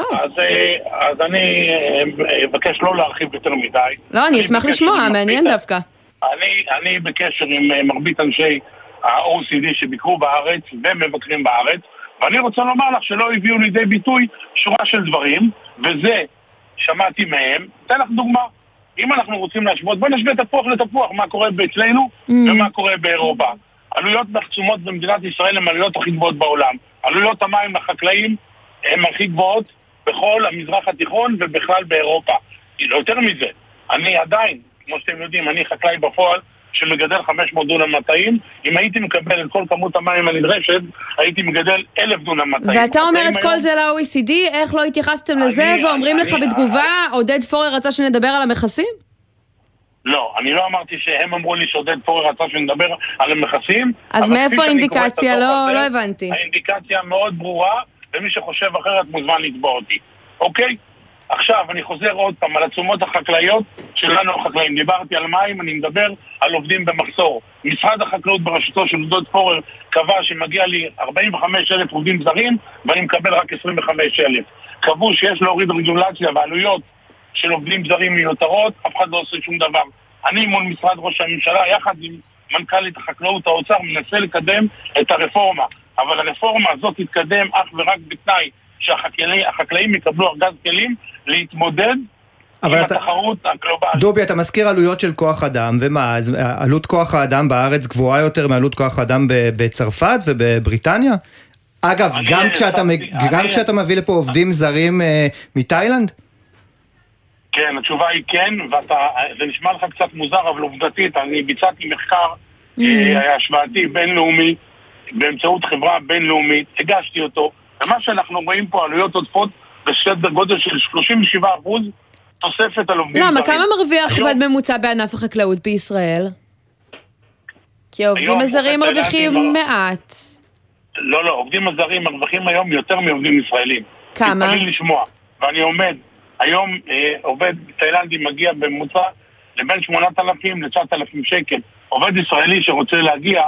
Speaker 6: אז אני אבקש לא להרחיב יותר מדי.
Speaker 2: לא, אני אשמח לשמוע, מעניין דווקא.
Speaker 6: אני בקשר עם מרבית אנשי ה-OECD שביקרו בארץ ומבקרים בארץ, ואני רוצה לומר לך שלא הביאו לידי ביטוי שורה של דברים, וזה שמעתי מהם. אתן לך דוגמה. אם אנחנו רוצים להשוות, בוא נשווה תפוח לתפוח, מה קורה אצלנו ומה קורה באירופה. עלויות תשומות במדינת ישראל הן עלויות הכי גבוהות בעולם. עלויות המים לחקלאים הן הכי גבוהות בכל המזרח התיכון ובכלל באירופה. יותר מזה, אני עדיין, כמו שאתם יודעים, אני חקלאי בפועל שמגדל 500 דונם מטעים. אם הייתי מקבל את כל כמות המים הנדרשת, הייתי מגדל 1,000 דונם מטעים.
Speaker 2: ואתה אומר את כל זה ל-OECD, איך לא התייחסתם לזה ואומרים לך בתגובה, עודד פורר רצה שנדבר על המכסים?
Speaker 6: לא, אני לא אמרתי שהם אמרו לי שעודד פורר רצה שנדבר על המכסים.
Speaker 2: אז מאיפה האינדיקציה? לא הבנתי.
Speaker 6: האינדיקציה מאוד ברורה, ומי שחושב אחרת מוזמן לתבוע אותי. אוקיי? עכשיו, אני חוזר עוד פעם על התשומות החקלאיות שלנו החקלאים. דיברתי על מים, אני מדבר על עובדים במחסור. משרד החקלאות בראשותו של עודד פורר קבע שמגיע לי 45,000 עובדים זרים, ואני מקבל רק 25,000. קבעו שיש להוריד רגולציה ועלויות של עובדים זרים מיותרות, אף אחד לא עושה שום דבר. אני מול משרד ראש הממשלה, יחד עם מנכ"לית החקלאות האוצר, מנסה לקדם את הרפורמה. אבל הרפורמה הזאת תתקדם אך ורק בתנאי שהחקלאים יקבלו ארגז כלים להתמודד עם התחרות הגלובלית.
Speaker 3: דובי, אתה מזכיר עלויות של כוח אדם, ומה, אז עלות כוח האדם בארץ גבוהה יותר מעלות כוח האדם בצרפת ובבריטניה? אגב, גם כשאתה מביא לפה עובדים זרים מתאילנד?
Speaker 6: כן, התשובה היא כן, זה נשמע לך קצת מוזר, אבל עובדתית, אני ביצעתי מחקר השוואתי בינלאומי, באמצעות חברה בינלאומית, הגשתי אותו, ומה שאנחנו רואים פה עלויות עודפות בסדר גודל של 37% תוספת על עובדים זרים.
Speaker 2: למה, כמה מרוויח עובד ממוצע בענף החקלאות בישראל? כי העובדים הזרים מרוויחים מעט.
Speaker 6: לא, עובדים הזרים מרוויחים היום יותר מעובדים ישראלים.
Speaker 2: כמה?
Speaker 6: תתפלאי לשמוע, ואני עומד, היום עובד תאילנדי מגיע בממוצע לבין 8,000 ל-9,000 שקל. עובד ישראלי שרוצה להגיע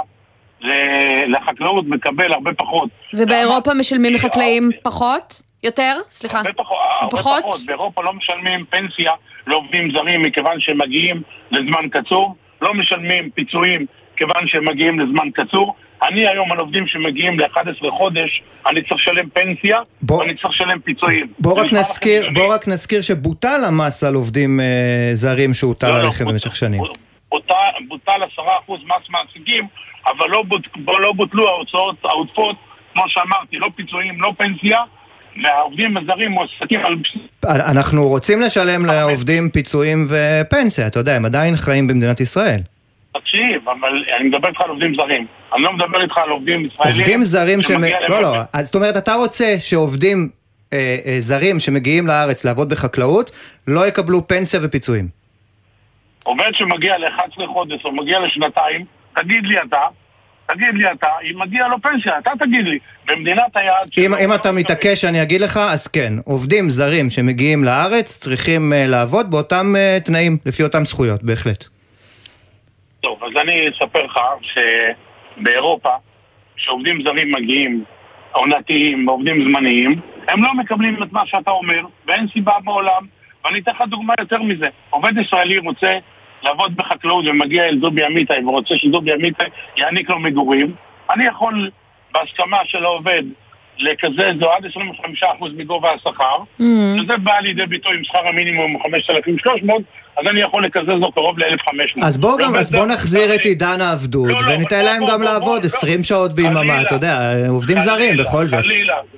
Speaker 6: לחקלאות מקבל הרבה פחות.
Speaker 2: ובאירופה משלמים לחקלאים פחות? יותר? סליחה.
Speaker 6: הרבה פחות. באירופה לא משלמים פנסיה לעובדים זרים מכיוון שהם מגיעים לזמן קצור. לא משלמים פיצויים כיוון שהם מגיעים לזמן קצור. אני היום על עובדים שמגיעים ל-11 חודש, אני צריך לשלם פנסיה, ואני צריך לשלם פיצויים.
Speaker 3: בוא רק נזכיר שבוטל המס על עובדים זרים שהוטל עליכם במשך שנים.
Speaker 6: בוטל 10% מס מעסיקים, אבל לא בוטלו ההוצאות העודפות, כמו שאמרתי, לא פיצויים, לא פנסיה, והעובדים הזרים מועסקים על...
Speaker 3: אנחנו רוצים לשלם לעובדים פיצויים ופנסיה, אתה יודע, הם עדיין חיים במדינת ישראל.
Speaker 6: תקשיב, אבל אני מדבר איתך על עובדים זרים. אני לא מדבר איתך על עובדים ישראלים.
Speaker 3: עובדים זרים לא, אז זאת אומרת, אתה רוצה שעובדים זרים שמגיעים לארץ לעבוד בחקלאות, לא יקבלו פנסיה ופיצויים.
Speaker 6: עובד שמגיע ל-11 חודש או מגיע לשנתיים, תגיד לי אתה, אם מגיע לו פנסיה, אתה תגיד לי, במדינת היעד...
Speaker 3: אם אתה מתעקש שאני אגיד לך, אז כן, עובדים זרים שמגיעים לארץ צריכים לעבוד באותם תנאים, לפי אותם זכויות, בהחלט.
Speaker 6: טוב, אז אני אספר לך שבאירופה, שעובדים זרים מגיעים, עונתיים, עובדים זמניים, הם לא מקבלים את מה שאתה אומר, ואין סיבה בעולם, ואני אתן לך דוגמה יותר מזה. עובד ישראלי רוצה לעבוד בחקלאות ומגיע אל דובי אמיתי ורוצה שדובי אמיתי יעניק לו מגורים, אני יכול בהסכמה של העובד לקזז לו עד 25% מגובה השכר, שזה בא לידי ביטוי עם שכר המינימום 5,300, אז אני יכול לקזז לו קרוב ל-1,500.
Speaker 3: אז בוא נחזיר את עידן העבדות, וניתן להם גם לעבוד 20 שעות ביממה, אתה יודע, עובדים זרים בכל זאת.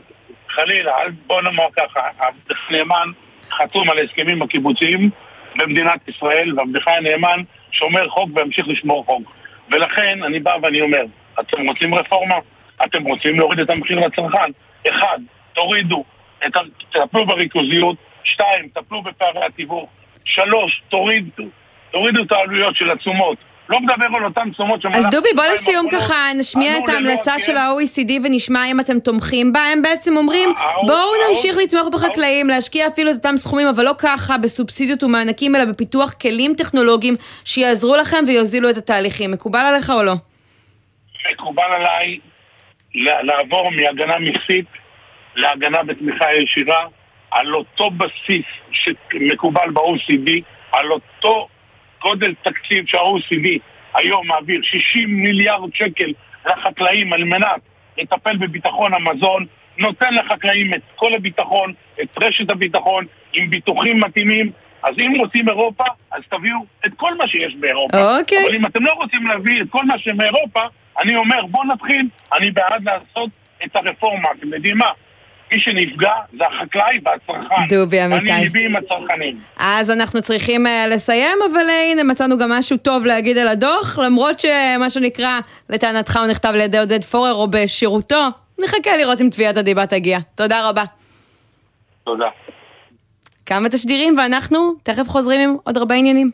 Speaker 6: חלילה, בוא נאמר ככה, עבדך הנאמן חתום על הסכמים הקיבוציים במדינת ישראל, ועבדך הנאמן שומר חוק והמשיך לשמור חוק. ולכן אני בא ואני אומר, אתם רוצים רפורמה? אתם רוצים להוריד את המחיר לצרכן? 1, תורידו, תטפלו בריכוזיות. 2, תטפלו בפערי התיווך. 3, תורידו את העלויות של התשומות. לא מדבר על אותן תשומות
Speaker 2: אז דובי, בוא לסיום ככה, נשמיע את ההמלצה של ה-OECD ונשמע אם אתם תומכים בה. הם בעצם אומרים, בואו נמשיך לתמוך בחקלאים, להשקיע אפילו את אותם סכומים, אבל לא ככה בסובסידיות ומענקים, אלא בפיתוח כלים טכנולוגיים שיעזרו לכם ויוזילו את התהליכים. מקובל עליך או לא?
Speaker 6: מקובל עליי לעבור מהגנה מכסית להגנה בתמיכה ישירה, על אותו בסיס שמקובל ב-OECD, על אותו גודל תקציב שה-OECD היום מעביר 60 מיליארד שקל לחקלאים על מנת לטפל בביטחון המזון, נותן לחקלאים את כל הביטחון, את רשת הביטחון, עם ביטוחים מתאימים. אז אם רוצים אירופה, אז תביאו את כל מה שיש באירופה.
Speaker 2: אוקיי.
Speaker 6: אבל אם אתם לא רוצים להביא את כל מה שמאירופה, אני אומר, בוא נתחיל, אני בעד לעשות את הרפורמה. אתם יודעים מה? מי שנפגע זה החקלאי והצרכן.
Speaker 2: דובי אמיתי.
Speaker 6: ואני ליבי עם הצרכנים.
Speaker 2: אז אנחנו צריכים לסיים, אבל הנה מצאנו גם משהו טוב להגיד על הדוח, למרות שמה שנקרא, לטענתך הוא נכתב לידי עודד פורר או בשירותו, נחכה לראות אם תביעת הדיבה תגיע. תודה רבה.
Speaker 6: תודה.
Speaker 2: כמה תשדירים ואנחנו תכף חוזרים עם עוד הרבה עניינים.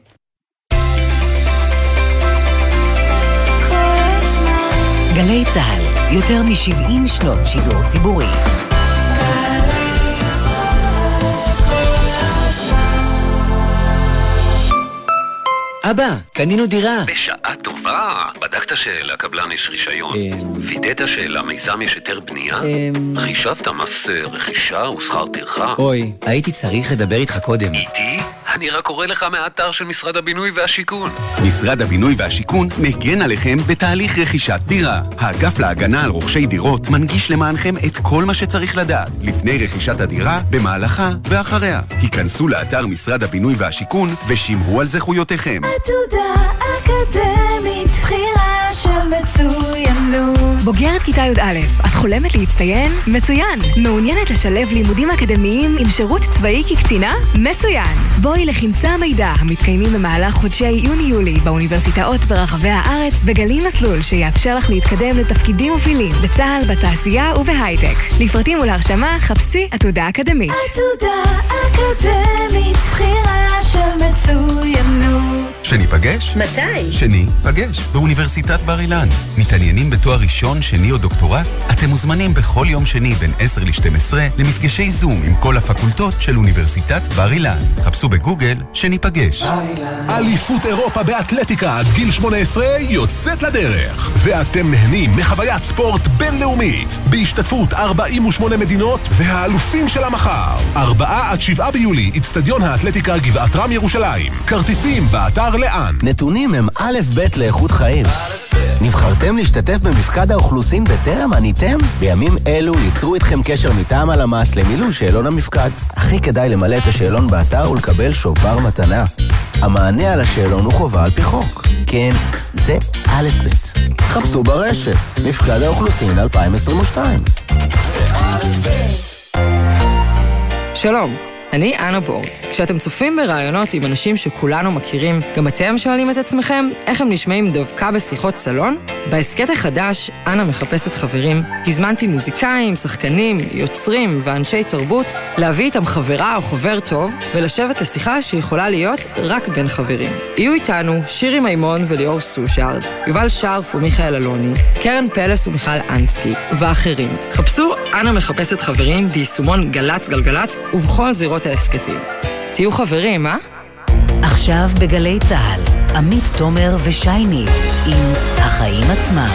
Speaker 1: גלי צהל, יותר מ-70 שנות שידור ציבורי.
Speaker 7: אבא, קנינו דירה.
Speaker 8: בשעה טובה. בדקת שלקבלן יש רישיון? וידאת שלמיזם יש היתר בנייה? חישבת מס רכישה ושכר טרחה?
Speaker 7: אוי, הייתי צריך לדבר איתך קודם.
Speaker 8: איתי? אני רק קורא לך מהאתר של משרד הבינוי והשיכון.
Speaker 9: משרד הבינוי והשיכון מגן עליכם בתהליך רכישת דירה. האגף להגנה על רוכשי דירות מנגיש למענכם את כל מה שצריך לדעת לפני רכישת הדירה, במהלכה ואחריה. היכנסו לאתר משרד הבינוי והשיכון ושמרו על זכויותיכם.
Speaker 10: עתודה אקדמית, בחירה של מצוינות.
Speaker 11: בוגרת כיתה י"א, את חולמת להצטיין? מצוין. מעוניינת לשלב לימודים אקדמיים עם שירות צבאי כקצינה? מצוין. בואי לכנסי המידע המתקיימים במהלך חודשי יוני-יולי באוניברסיטאות ברחבי הארץ וגלי מסלול שיאפשר לך להתקדם לתפקידים מובילים בצה"ל, בתעשייה ובהייטק. לפרטים ולהרשמה חפשי עתודה אקדמית.
Speaker 10: עתודה אקדמית, בחירה של מצוינות.
Speaker 9: שניפגש?
Speaker 10: מתי?
Speaker 9: שניפגש באוניברסיטת בר אילן. מתעניינים בתואר ראשון, שני או דוקטורט? אתם מוזמנים בכל יום שני בין 10 ל-12 למפגשי זום עם כל הפקולטות של אוניברסיטת בר אילן. חפשו בגוגל שניפגש.
Speaker 12: אליפות אירופה באתלטיקה עד גיל 18 יוצאת לדרך, ואתם נהנים מחוויית ספורט בינלאומית בהשתתפות 48 מדינות והאלופים של המחר. 4 עד 7 ביולי, אצטדיון האתלטיקה גבעת רם ירושלים. כרטיסים באתר לאן.
Speaker 13: נתונים הם א' ב' לאיכות חיים. נבחרתם להשתתף במפקד האוכלוסין בטרם עניתם? בימים אלו ייצרו איתכם קשר מטעם הלמ"ס למילוי שאלון המפקד. הכי כדאי למלא את השאלון באתר ולקבל שובר מתנה. המענה על השאלון הוא חובה על פי חוק. כן, זה א' ב'. חפשו ברשת, מפקד האוכלוסין 2022. זה א' ב'.
Speaker 14: שלום. אני אנה בורט. כשאתם צופים ברעיונות עם אנשים שכולנו מכירים, גם אתם שואלים את עצמכם איך הם נשמעים דווקא בשיחות סלון? בהסקט החדש, אנה מחפשת חברים. הזמנתי מוזיקאים, שחקנים, יוצרים ואנשי תרבות להביא איתם חברה או חבר טוב ולשבת לשיחה שיכולה להיות רק בין חברים. יהיו איתנו שירי מימון וליאור סושארד, יובל שרף ומיכאל אלוני, קרן פלס ומיכל אנסקי ואחרים. חפשו אנה מחפשת חברים ביישומון גלץ גלגלץ ובכל זירות העסקתים. תהיו חברים, אה?
Speaker 1: עכשיו בגלי צהל, עמית תומר ושי ניב עם החיים עצמם.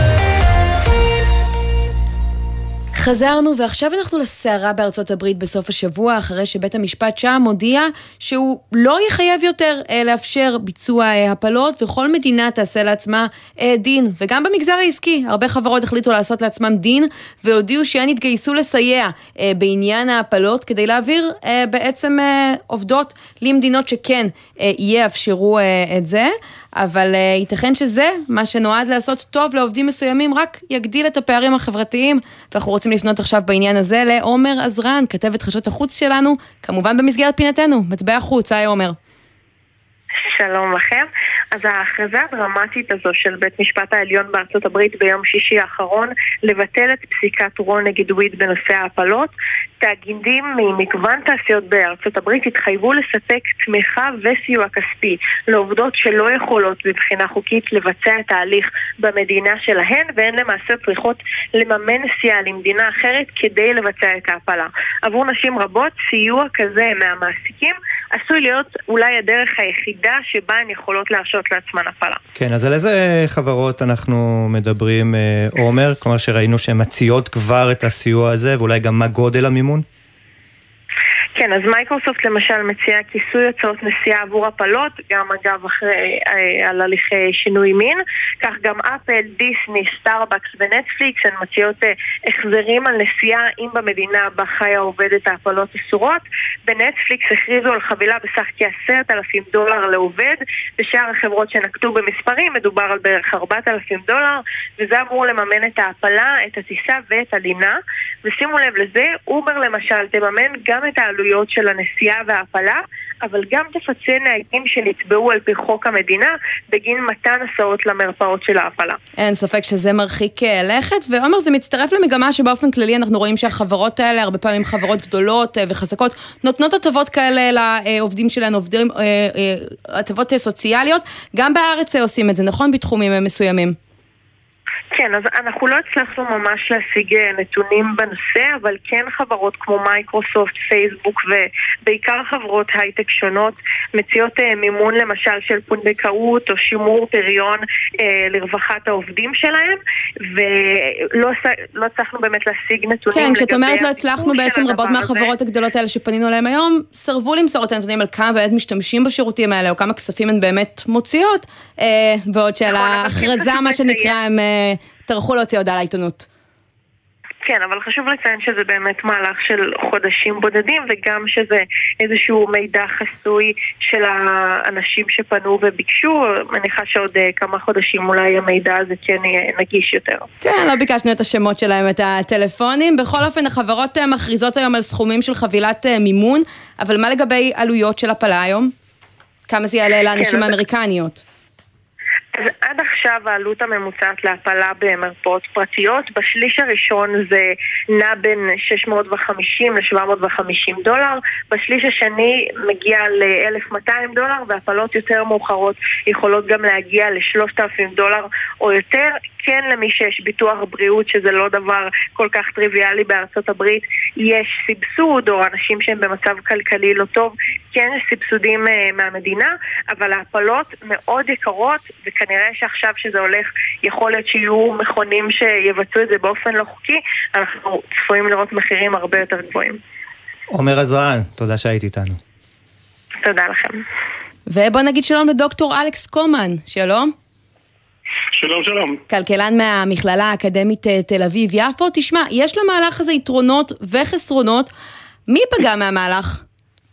Speaker 2: חזרנו ועכשיו אנחנו לסערה בארצות הברית בסוף השבוע, אחרי שבית המשפט שם הודיע שהוא לא יחייב יותר לאפשר ביצוע הפלות, וכל מדינה תעשה לעצמה דין. וגם במגזר העסקי, הרבה חברות החליטו לעשות לעצמם דין, והודיעו שהן התגייסו לסייע בעניין ההפלות, כדי להעביר בעצם עובדות למדינות שכן יאפשרו את זה. אבל ייתכן שזה, מה שנועד לעשות טוב לעובדים מסוימים, רק יגדיל את הפערים החברתיים, ואנחנו רוצים לפנות עכשיו בעניין הזה לעומר עזרן, כתבת חדשות החוץ שלנו, כמובן במסגרת פינתנו, מטבע החוץ, היי עומר.
Speaker 15: שלום לכם. אז ההכרזה הדרמטית הזו של בית משפט העליון בארצות הברית ביום שישי האחרון לבטל את פסיקת רו נגד וויד בנושא ההפלות, תאגידים ממגוון תעשיות בארצות הברית התחייבו לספק תמיכה וסיוע כספי לעובדות שלא יכולות מבחינה חוקית לבצע את ההליך במדינה שלהן, והן למעשה צריכות לממן נסיעה למדינה אחרת כדי לבצע את ההפלה. עבור נשים רבות סיוע כזה מהמעסיקים עשוי להיות אולי הדרך היחידה שבה הן יכולות להרשות לעצמן הפלה.
Speaker 3: כן, אז על איזה חברות אנחנו מדברים, עומר? כלומר שראינו שהן מציעות כבר את הסיוע הזה, ואולי גם מה גודל המימון?
Speaker 15: כן, אז מייקרוסופט למשל מציעה כיסוי הוצאות נסיעה עבור הפלות, גם אגב אחרי על הליכי שינוי מין, כך גם אפל, דיסני, סטארבקס ונטפליקס הן מציעות החזרים על נסיעה אם במדינה בה חיה עובדת ההפלות אסורות. בנטפליקס הכריזו על חבילה בסך $10,000 לעובד, בשאר החברות שנקטו במספרים מדובר על בערך $4,000, וזה אמור לממן את ההפלה, את הטיסה ואת הלינה. ושימו לב לזה, אובר למשל תממן גם את העלויות של הנסיעה וההפלה, אבל גם תפצה נהגים שנתבעו על פי חוק המדינה בגין מתן הסעות למרפאות של ההפלה.
Speaker 2: אין ספק שזה מרחיק לכת, ועומר זה מצטרף למגמה שבאופן כללי אנחנו רואים שהחברות האלה, הרבה פעמים חברות גדולות וחזקות, נותנות הטבות כאלה לעובדים שלנו, הטבות סוציאליות, גם בארץ עושים את זה, נכון? בתחומים מסוימים.
Speaker 15: כן, אז אנחנו לא הצלחנו ממש להשיג נתונים בנושא, אבל כן חברות כמו מייקרוסופט, פייסבוק ובעיקר חברות הייטק שונות מציעות מימון למשל של פונדקאות או שימור פריון לרווחת העובדים שלהם, ולא הצלחנו באמת להשיג נתונים.
Speaker 2: כן, כשאת אומרת לא הצלחנו, בעצם רבות מהחברות הגדולות האלה שפנינו עליהם היום, סרבו למסור את הנתונים על כמה באמת משתמשים בשירותים האלה, או כמה כספים הן באמת מוציאות, בעוד שעל ההכרזה, מה שנקרא, הם תרחו להוציא הודעה לעיתונות.
Speaker 15: כן, אבל חשוב לציין שזה באמת מהלך של חודשים בודדים, וגם שזה איזשהו מידע חסוי של האנשים שפנו וביקשו. מניחה שעוד כמה חודשים אולי המידע הזה כן יהיה נגיש יותר.
Speaker 2: כן, לא ביקשנו את השמות שלהם, את הטלפונים. בכל אופן, החברות מכריזות היום על סכומים של חבילת מימון, אבל מה לגבי עלויות של הפלה היום? כמה זה יעלה לאנשים האמריקניות?
Speaker 15: אז עד עכשיו העלות הממוצעת להפלה במרפאות פרטיות, בשליש הראשון זה נע בין $650 ל$750, בשליש השני מגיע ל$1,200, והפלות יותר מאוחרות יכולות גם להגיע ל$3,000 או יותר. כן, למי שיש ביטוח בריאות, שזה לא דבר כל כך טריוויאלי בארצות הברית, יש סבסוד, או אנשים שהם במצב כלכלי לא טוב, כן יש סבסודים מהמדינה, אבל ההפלות מאוד יקרות, וכנראה שעכשיו שזה הולך, יכול להיות שיהיו מכונים שיבצעו את זה באופן לא חוקי, אנחנו צפויים לראות מחירים הרבה יותר גבוהים.
Speaker 3: עומר עזרן, תודה שהיית איתנו.
Speaker 15: תודה לכם.
Speaker 2: ובוא נגיד שלום לדוקטור אלכס קומן, שלום.
Speaker 6: שלום, שלום.
Speaker 2: כלכלן מהמכללה האקדמית תל אביב-יפו. תשמע, יש למהלך הזה יתרונות וחסרונות. מי פגע מהמהלך?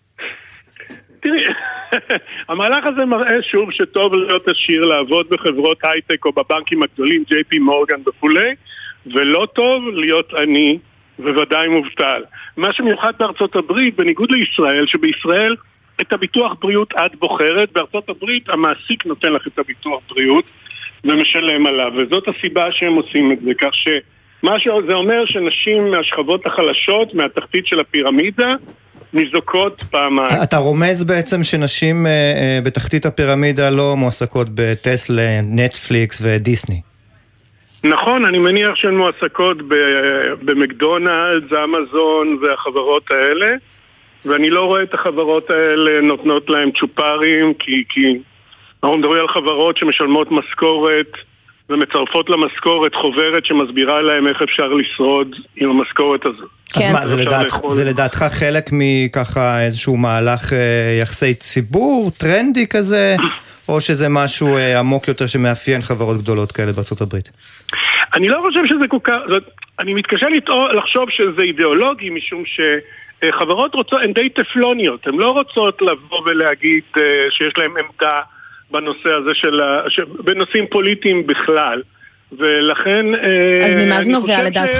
Speaker 6: תראי, המהלך הזה מראה שוב שטוב להיות עשיר, לעבוד בחברות הייטק או בבנקים הגדולים, JP מורגן וכולי, ולא טוב להיות עני וודאי מובטל. מה שמיוחד בארצות הברית, בניגוד לישראל, שבישראל את הביטוח בריאות את בוחרת, בארצות הברית המעסיק נותן לך את הביטוח בריאות, ומשלם עליו, וזאת הסיבה שהם עושים את זה, כך שזה אומר שנשים מהשכבות החלשות, מהתחתית של הפירמידה, ניזוקות פעמיים.
Speaker 3: אתה רומז בעצם שנשים בתחתית הפירמידה לא מועסקות בטסלה, נטפליקס ודיסני.
Speaker 6: נכון, אני מניח שהן מועסקות במקדונלדס, אמזון והחברות האלה, ואני לא רואה את החברות האלה נותנות להם צ'ופרים, כי אנחנו מדברים על חברות שמשלמות משכורת ומצרפות למשכורת חוברת שמסבירה להם איך אפשר לשרוד עם המשכורת הזאת.
Speaker 3: אז מה, זה לדעתך חלק מככה איזשהו מהלך יחסי ציבור, טרנדי כזה, או שזה משהו עמוק יותר שמאפיין חברות גדולות כאלה בארצות הברית?
Speaker 6: אני לא חושב שזה כל כך, אני מתקשה לחשוב שזה אידיאולוגי, משום שחברות רוצות, הן די טפלוניות, הן לא רוצות לבוא ולהגיד שיש להם עמדה
Speaker 16: בנושא הזה בנושאים פוליטיים בכלל. ולכן...
Speaker 2: אז ממה זה נובע לדעתך?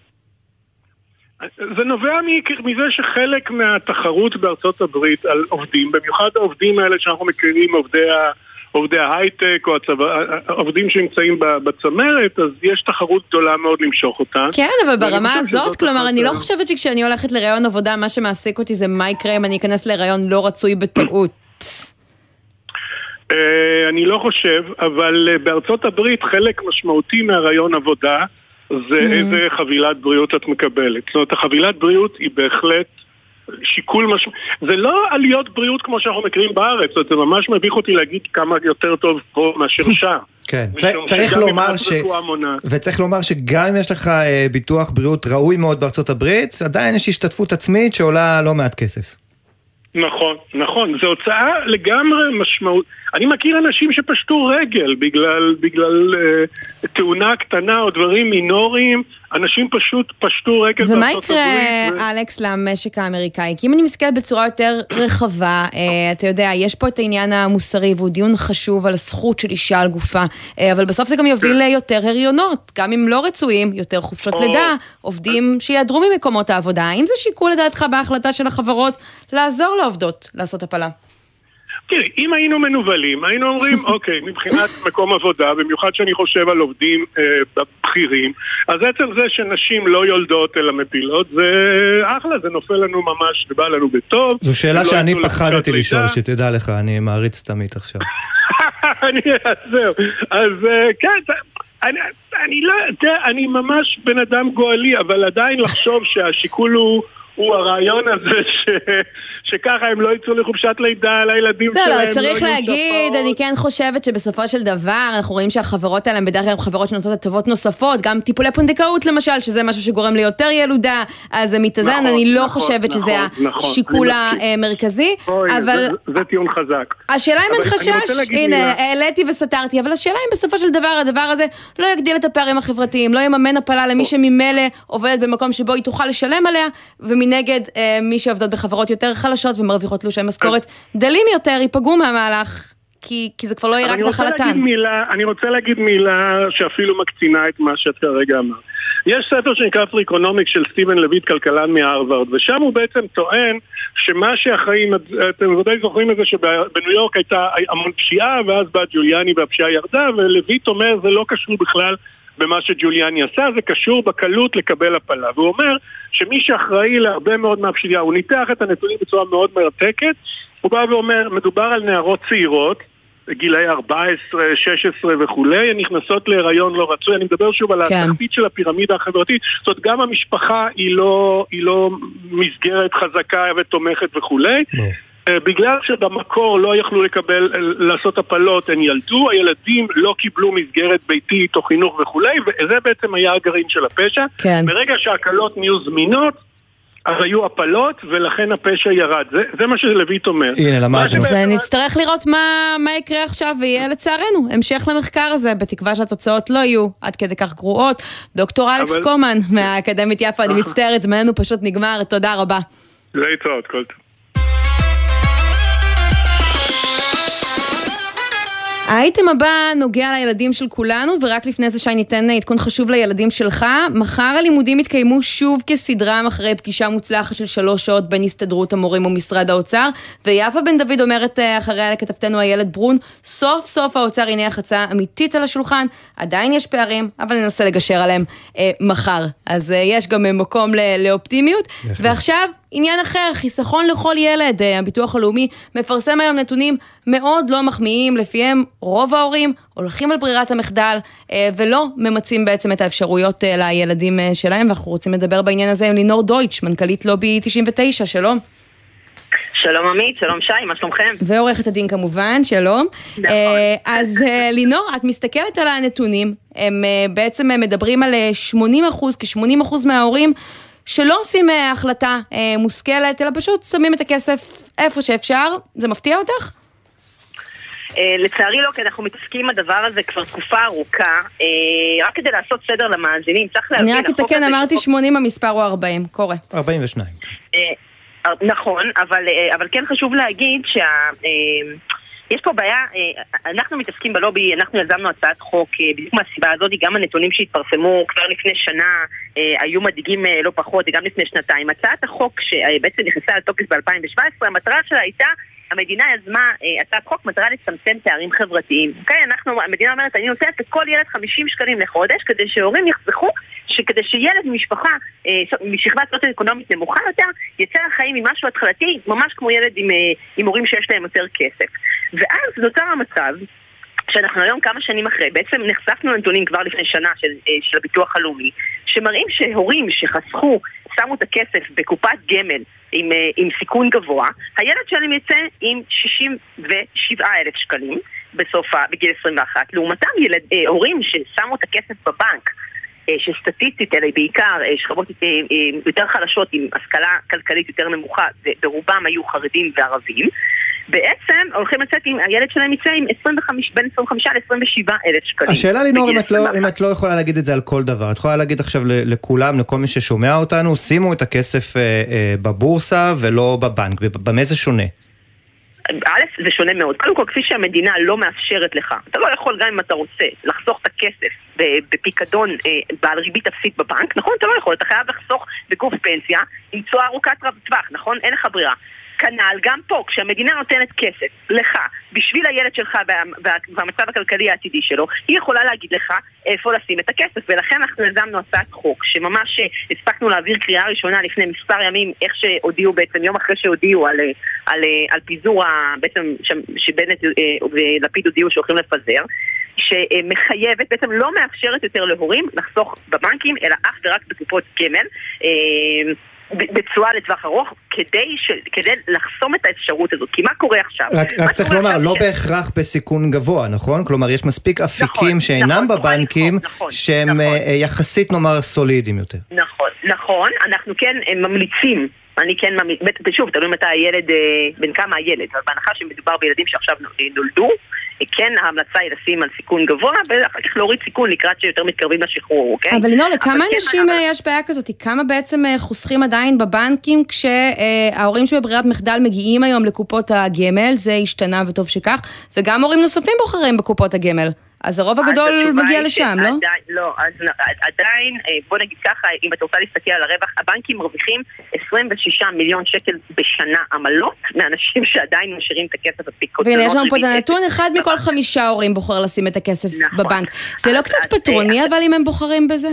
Speaker 16: זה נובע מזה שחלק מהתחרות בארצות הברית על עובדים, במיוחד העובדים האלה שאנחנו מכירים, עובדי ההייטק או עובדים שנמצאים בצמרת, אז יש תחרות גדולה מאוד למשוך אותם.
Speaker 2: כן, אבל ברמה הזאת, כלומר, אני לא חושבת שכשאני הולכת לרעיון עבודה, מה שמעסיק אותי זה מה יקרה אם אני אכנס לרעיון לא רצוי בטעות.
Speaker 16: אני לא חושב, אבל בארצות הברית חלק משמעותי מהרעיון עבודה זה איזה חבילת בריאות את מקבלת. זאת אומרת, החבילת בריאות היא בהחלט שיקול משמעותי. זה לא עליות בריאות כמו שאנחנו מכירים בארץ, זאת אומרת, זה ממש מביך אותי להגיד כמה יותר טוב פה מאשר שם.
Speaker 3: כן, וצריך לומר שגם אם יש לך ביטוח בריאות ראוי מאוד בארצות הברית, עדיין יש השתתפות עצמית שעולה לא מעט כסף.
Speaker 16: נכון, זו הוצאה לגמרי משמעות. אני מכיר אנשים שפשטו רגל בגלל תאונה קטנה או דברים מינוריים, אנשים פשוט פשטו רגל.
Speaker 2: ומה יקרה, אלכס, למשק האמריקאי? כי אם אני מסתכלת בצורה יותר רחבה, אתה יודע, יש פה את העניין המוסרי, והוא דיון חשוב על הזכות של אישה על גופה, אבל בסוף זה גם יוביל ליותר הריונות, גם אם לא רצויים, יותר חופשות לידה, עובדים שיעדרו ממקומות העבודה. האם זה שיקול לדעתך בהחלטה של החברות לעזור לעובדות לעשות הפלה?
Speaker 16: תראי, אם היינו מנובלים, היינו אומרים, אוקיי, מבחינת מקום עבודה, במיוחד שאני חושב על עובדים בכירים, אז עצם זה שנשים לא יולדות אלא מפילות, זה אחלה, זה נופל לנו ממש, זה בא לנו בטוב.
Speaker 3: זו שאלה שאני פחדתי לשאול, שתדע לך, אני מעריץ תמיד עכשיו.
Speaker 16: אז כן, אני ממש בן אדם גואלי, אבל עדיין לחשוב שהשיקול הוא הרעיון הזה שככה הם לא יצאו לחופשת לידה לילדים שלהם.
Speaker 2: לא, צריך להגיד, אני כן חושבת שבסופו של דבר אנחנו רואים שהחברות האלה בדרך כלל חברות שנותנות הטבות נוספות, גם טיפולי פונדקאות למשל, שזה משהו שגורם ליותר ילודה, אז זה מתאזן, אני לא חושבת שזה השיקול המרכזי, אבל...
Speaker 16: זה טיעון חזק.
Speaker 2: השאלה אם אין חשש, הנה, העליתי וסתרתי, אבל השאלה אם בסופו של דבר הדבר הזה לא יגדיל את הפערים החברתיים, לא יממן הפלה למי שממילא עובדת במקום שבו היא תוכל לשלם עליה, ומנגד מי שעובדות בחברות יותר חלשות ומרוויחות תלושי משכורת דלים יותר ייפגעו מהמהלך, כי זה כבר לא יהיה רק נחלתן.
Speaker 16: אני רוצה להגיד מילה שאפילו מקצינה את מה שאת כרגע אמרת. יש ספר שנקרא פריקונומיקס של סטיבן לויט, כלכלן מהרווארד, ושם הוא בעצם טוען שמה שאחראים, אתם ודאי זוכרים את זה שבניו יורק הייתה המון פשיעה, ואז בא ג'וליאני והפשיעה ירדה, ולויט אומר זה לא קשור בכלל במה שג'וליאני עשה, זה קשור בקלות לקבל הפלה. והוא אומר שמי שאחראי להרבה מאוד מהפשיעה, הוא ניתח את הנתונים בצורה מאוד מרתקת, הוא בא ואומר, מדובר על נערות צעירות, גילאי 14, 16 וכולי, הן נכנסות להיריון לא רצוי, אני מדבר שוב על התחתית של הפירמידה החברתית, זאת אומרת, גם המשפחה היא לא מסגרת חזקה ותומכת וכולי, בגלל שבמקור לא יכלו לעשות הפלות, הן ילדו, הילדים לא קיבלו מסגרת ביתית או חינוך וכולי, וזה בעצם היה הגרעין של הפשע. ברגע שהקלות נהיו זמינות, אז היו הפלות, ולכן הפשע ירד. זה מה שלויט אומר.
Speaker 3: הנה, למדנו.
Speaker 2: אז נצטרך לראות מה יקרה עכשיו, ויהיה לצערנו המשך למחקר הזה, בתקווה שהתוצאות לא יהיו עד כדי כך גרועות. דוקטור אלכס קומן, מהאקדמית יפה, אני מצטערת, זמננו פשוט נגמר, תודה רבה.
Speaker 16: להתראות, כל טוב.
Speaker 2: האייטם הבא נוגע לילדים של כולנו, ורק לפני זה שי ניתן עדכון חשוב לילדים שלך. מחר הלימודים יתקיימו שוב כסדרם אחרי פגישה מוצלחת של 3 שעות בין הסתדרות המורים ומשרד האוצר, ויפה בן דוד אומרת אחריה לכתבתנו איילת ברון, סוף סוף האוצר הניח הצעה אמיתית על השולחן, עדיין יש פערים, אבל ננסה לגשר עליהם מחר. אז יש גם מקום לאופטימיות. ועכשיו עניין אחר, חיסכון לכל ילד. הביטוח הלאומי מפרסם היום נתונים מאוד לא מחמיאים, לפיהם רוב ההורים הולכים על ברירת המחדל ולא ממצים בעצם את האפשרויות לילדים שלהם, ואנחנו רוצים לדבר בעניין הזה עם לינור דויטש, מנכ"לית לובי 99, שלום.
Speaker 17: שלום עמית, שלום שי, מה שלומכם?
Speaker 2: ועורכת הדין כמובן, שלום. אז לינור, את מסתכלת על הנתונים, הם בעצם מדברים על 80%, כ-80% מההורים שלא עושים החלטה מושכלת, אלא פשוט שמים את הכסף איפה שאפשר. זה מפתיע אותך?
Speaker 17: לצערי לא, כי אנחנו מתעסקים עם הדבר הזה כבר תקופה ארוכה, רק כדי לעשות סדר למאזינים, צריך להבין...
Speaker 2: אני רק אתקן, אמרתי 80, המספר הוא 40, קורה.
Speaker 3: 42.
Speaker 17: נכון, אבל כן חשוב להגיד יש פה בעיה, אנחנו מתעסקים בלובי, אנחנו יזמנו הצעת חוק בדיוק מהסיבה הזאת, גם הנתונים שהתפרסמו כבר לפני שנה היו מדאיגים לא פחות, גם לפני שנתיים. הצעת החוק שבעצם נכנסה לתוקף ב-2017, המטרה שלה הייתה, המדינה יזמה הצעת חוק מטרה לצמצם פערים חברתיים. אוקיי? המדינה אומרת, אני נותנת לכל ילד 50 שקלים לחודש, כדי שהורים יחסכו, כדי שילד ממשפחה, משכבת סוציו-אקונומית נמוכה יותר, יצא לחיים עם משהו התחלתי, ממש כמו ילד עם הורים שיש להם יותר כסף. ואז נוצר המצב, שאנחנו היום כמה שנים אחרי, בעצם נחשפנו לנתונים כבר לפני שנה של הביטוח הלאומי, שמראים שהורים שחסכו, שמו את הכסף בקופת גמל עם סיכון גבוה, הילד שלהם יצא עם 67,000 שקלים בגיל 21. לעומתם הורים ששמו את הכסף בבנק, שסטטיסטית אלה בעיקר שכבות יותר חלשות עם השכלה כלכלית יותר נמוכה, ברובם היו חרדים וערבים, בעצם הולכים לצאת עם הילד שלהם יצא עם בין 25 ל-27 אלף שקלים.
Speaker 3: השאלה לינור, אם את לא יכולה להגיד את זה על כל דבר, את יכולה להגיד עכשיו לכולם, לכל מי ששומע אותנו, שימו את הכסף בבורסה ולא בבנק, במה זה שונה?
Speaker 17: א', זה שונה מאוד. קודם כל, כפי שהמדינה לא מאפשרת לך, אתה לא יכול גם אם אתה רוצה לחסוך את הכסף בפיקדון בעל ריבית אפסית בבנק, נכון? אתה לא יכול, אתה חייב לחסוך בגוף פנסיה עם תשואה ארוכת טווח, נכון? אין לך ברירה. כנ"ל גם פה, כשהמדינה נותנת כסף לך, בשביל הילד שלך והמצב הכלכלי העתידי שלו, היא יכולה להגיד לך איפה לשים את הכסף, ולכן אנחנו יזמנו הצעת חוק, שממש הספקנו להעביר קריאה ראשונה לפני מספר ימים, איך שהודיעו בעצם, יום אחרי שהודיעו על פיזור, בעצם שבנט ולפיד הודיעו שהולכים לפזר, שמחייבת, בעצם לא מאפשרת יותר להורים לחסוך בבנקים, אלא אך ורק בקופות גמל, בצורה לטווח ארוך, כדי לחסום את האפשרות הזאת. כי מה קורה עכשיו?
Speaker 3: רק צריך לומר, לא בהכרח בסיכון גבוה, נכון? כלומר, יש מספיק אפיקים שאינם בבנקים, שהם יחסית, נאמר, סולידיים יותר.
Speaker 17: נכון, אנחנו כן ממליצים, אני כן ממליץ, שוב, תלוי מתי הילד, בין כמה הילד, אבל בהנחה שמדובר בילדים שעכשיו נולדו, כן, ההמלצה היא לשים על סיכון גבוה, ואחר כך להוריד סיכון לקראת שיותר מתקרבים לשחרור, אוקיי?
Speaker 2: אבל לינור, לכמה אנשים יש בעיה כזאת? כמה בעצם חוסכים עדיין בבנקים כשההורים שבברירת מחדל מגיעים היום לקופות הגמל, זה השתנה וטוב שכך, וגם הורים נוספים בוחרים בקופות הגמל. אז הרוב הגדול מגיע לשם, לא?
Speaker 17: לא, אז עדיין, בוא נגיד ככה, אם אתה רוצה להסתכל על הרווח, הבנקים מרוויחים 26 מיליון שקל בשנה עמלות, מאנשים שעדיין משאירים את הכסף בפיקדונות.
Speaker 2: והנה, יש לנו פה את הנתון, 1 מכל 5 הורים בוחר לשים את הכסף בבנק. זה לא קצת פטרוני, אבל אם הם בוחרים בזה?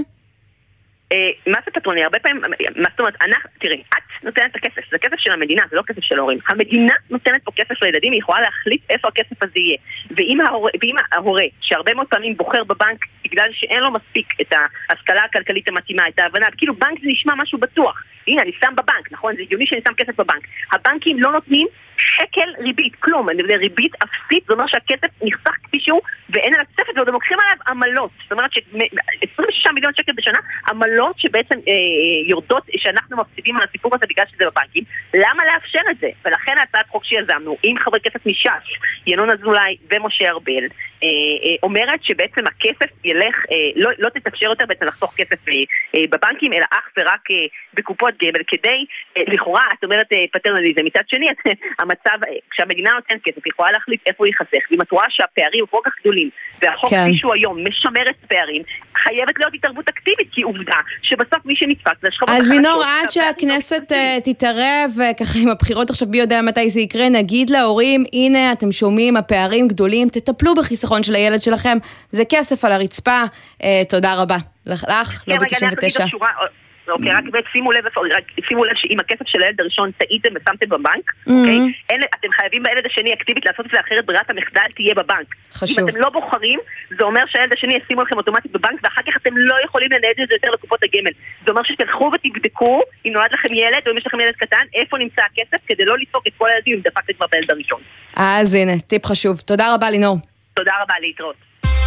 Speaker 17: מה זה פטרוני? הרבה פעמים, מה זאת אומרת, תראי, את נותנת את הכסף, זה כסף של המדינה, זה לא כסף של ההורים. המדינה נותנת פה כסף לילדים, היא יכולה להחליט איפה הכסף הזה יהיה. ואם ההורה, שהרבה מאוד פעמים בוחר בבנק, בגלל שאין לו מספיק את ההשכלה הכלכלית המתאימה, את ההבנה, כאילו בנק זה נשמע משהו בטוח. הנה, אני שם בבנק, נכון? זה הגיוני שאני שם כסף בבנק. הבנקים לא נותנים שקל ריבית, כלום, ריבית אפסית, זאת אומרת שהכסף נחסך כפי שהוא, ואין על הכספת, ועוד הם לוקחים עליו עמלות. זאת אומרת ש26 מיליון שקל בשנה, עמלות שבעצם יורדות, שאנחנו מפסידים על הסיפור הזה בגלל שזה בבנקים. למה לאפשר את זה? ולכן הצעת חוק שיזמנו, עם חברי כסף מש"ס, ינון אזולאי ומשה ארבל, אומרת שבעצם הכסף ילך, לא תתאפשר יותר בעצם לחסוך כסף בבנקים, אלא אך ורק בקופות גמל, כדי, לכאורה, את אומרת פטרנליזם. מצד שני, המצב, כשהמדינה נותנת כסף, היא יכולה להחליט איפה היא חסך, ואם את רואה שהפערים כל כך גדולים, והחוק כפי שהוא היום משמר את פערים, חייבת להיות התערבות אקטיבית, כי עובדה שבסוף מי שנדפק זה השכבות החלשות.
Speaker 2: אז לינור, עד שהכנסת תתערב, ככה עם הבחירות עכשיו בי יודע מתי זה יקרה, נגיד להורים, הנה אתם שומעים, הפערים גדולים, תטפלו בחיסכון של הילד שלכם, זה כסף על הרצפה, תודה רבה. לך, לא ב-99.
Speaker 17: אוקיי, רק שימו לב שאם הכסף של הילד הראשון טעיתם ושמתם בבנק, אוקיי? אתם חייבים בילד השני אקטיבית לעשות את זה אחרת, ברירת המחדל תהיה בבנק.
Speaker 2: חשוב.
Speaker 17: אם אתם לא בוחרים, זה אומר שהילד השני ישימו לכם אוטומטית בבנק, ואחר כך אתם לא יכולים לנהל את זה יותר לקופות הגמל. זה אומר שתלכו ותבדקו, אם נולד לכם ילד או אם יש לכם ילד קטן, איפה נמצא הכסף, כדי לא לדפוק את כל הילדים אם דפקתם כבר בילד הראשון.
Speaker 2: אז הנה, טיפ חשוב. תודה רבה, לינור.
Speaker 17: תודה רבה, להתראות.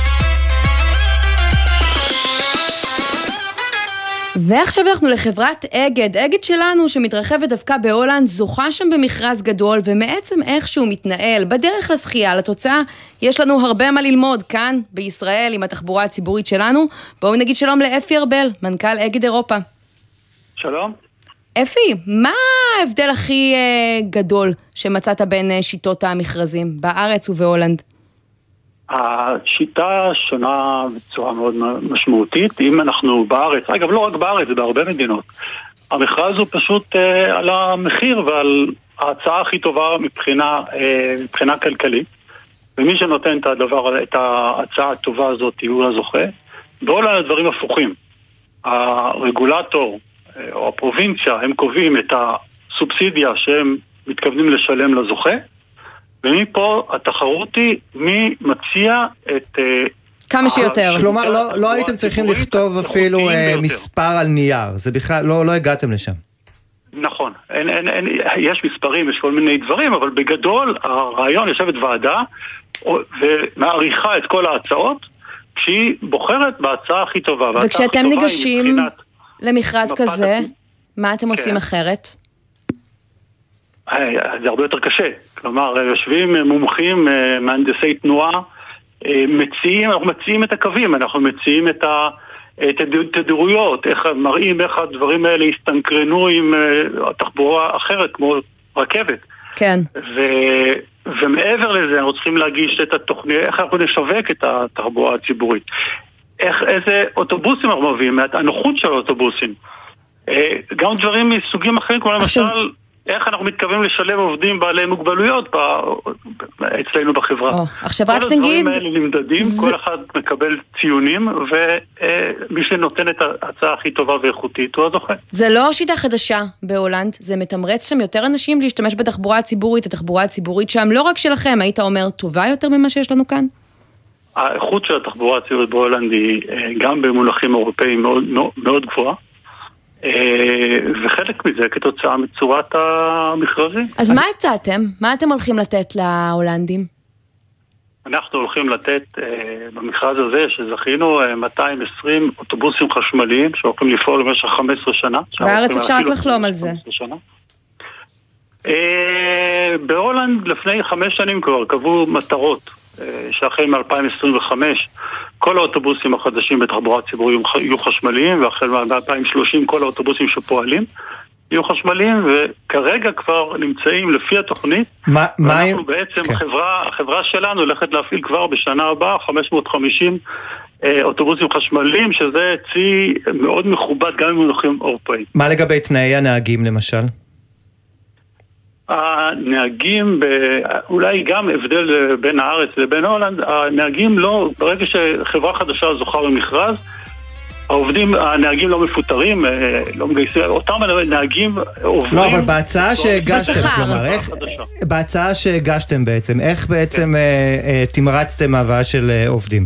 Speaker 2: ועכשיו אנחנו לחברת אגד. אגד שלנו שמתרחבת דווקא בהולנד, זוכה שם במכרז גדול, ומעצם איך שהוא מתנהל, בדרך לזכייה, לתוצאה, יש לנו הרבה מה ללמוד כאן, בישראל, עם התחבורה הציבורית שלנו. בואו נגיד שלום לאפי ארבל, מנכ"ל אגד אירופה.
Speaker 18: שלום.
Speaker 2: אפי, מה ההבדל הכי גדול שמצאת בין שיטות המכרזים בארץ ובהולנד?
Speaker 18: השיטה שונה בצורה מאוד משמעותית. אם אנחנו בארץ, אגב לא רק בארץ, זה בהרבה מדינות, המכרז הוא פשוט על המחיר ועל ההצעה הכי טובה מבחינה כלכלית, ומי שנותן את ההצעה הטובה הזאת הוא הזוכה. בהולנד הדברים הפוכים. הרגולטור או הפרובינציה הם קובעים את הסובסידיה שהם מתכוונים לשלם לזוכה, ומפה התחרות היא מי מציע את
Speaker 2: כמה שיותר.
Speaker 3: כלומר, לא הייתם צריכים לכתוב אפילו מספר על נייר, זה בכלל, לא הגעתם לשם.
Speaker 18: נכון, יש מספרים, יש כל מיני דברים, אבל בגדול הרעיון יושבת ועדה ומעריכה את כל ההצעות כשהיא בוחרת בהצעה הכי טובה.
Speaker 2: וכשאתם ניגשים למכרז כזה, מה אתם עושים אחרת?
Speaker 18: זה הרבה יותר קשה. כלומר, יושבים מומחים, מהנדסי תנועה, אנחנו מציעים את הקווים, אנחנו מציעים את התדירויות, מראים איך הדברים האלה הסתנקרנו עם התחבורה אחרת, כמו רכבת.
Speaker 2: כן.
Speaker 18: ומעבר לזה, אנחנו צריכים להגיש את התוכנית, איך אנחנו נשווק את התחבורה הציבורית. איזה אוטובוסים אנחנו מביאים, הנוחות של האוטובוסים. גם דברים מסוגים אחרים, כמו למשל, איך אנחנו מתכוונים לשלב עובדים בעלי מוגבלויות אצלנו בחברה.
Speaker 2: עכשיו רק תגיד...
Speaker 18: כל הדברים האלה נמדדים, כל אחד מקבל ציונים, ומי שנותן את ההצעה הכי טובה ואיכותית הוא הזוכה.
Speaker 2: זה לא שיטה חדשה בהולנד, זה מתמרץ שם יותר אנשים להשתמש בתחבורה הציבורית, התחבורה הציבורית שם, לא רק שלכם, היית אומר טובה יותר ממה שיש לנו כאן?
Speaker 18: האיכות של התחבורה הציבורית בהולנד היא גם במונחים אירופאיים מאוד גבוהה, וחלק מזה כתוצאה מצורת המכרזים.
Speaker 2: אז מה הצעתם? מה אתם הולכים לתת להולנדים?
Speaker 18: אנחנו הולכים לתת במכרז הזה שזכינו 220 אוטובוסים חשמליים שהולכים לפעול במשך 15 שנה.
Speaker 2: בארץ אפשר רק לחלום על זה.
Speaker 18: בהולנד לפני 5 שנים כבר קבעו מטרות שהחל מ-2025 כל האוטובוסים החדשים בתחבורה ציבורית יהיו חשמליים, והחל מ-2030 כל האוטובוסים שפועלים יהיו חשמליים, וכרגע כבר נמצאים לפי התוכנית, ואנחנו בעצם, החברה שלנו הולכת להפעיל כבר בשנה הבאה 550 אוטובוסים חשמליים, שזה צי מאוד מכובד גם במונחים אירופאיים.
Speaker 3: מה לגבי תנאי הנהגים למשל?
Speaker 18: הנהגים, אולי גם הבדל בין הארץ לבין הולנד, הנהגים לא, ברגע שחברה חדשה זוכה במכרז, הנהגים לא מפוטרים, לא מגייסים, אותם נהגים עוברים...
Speaker 3: לא, אבל בהצעה שהגשתם, כלומר, בהצעה שהגשתם בעצם, איך בעצם תמרצתם הבאה של עובדים?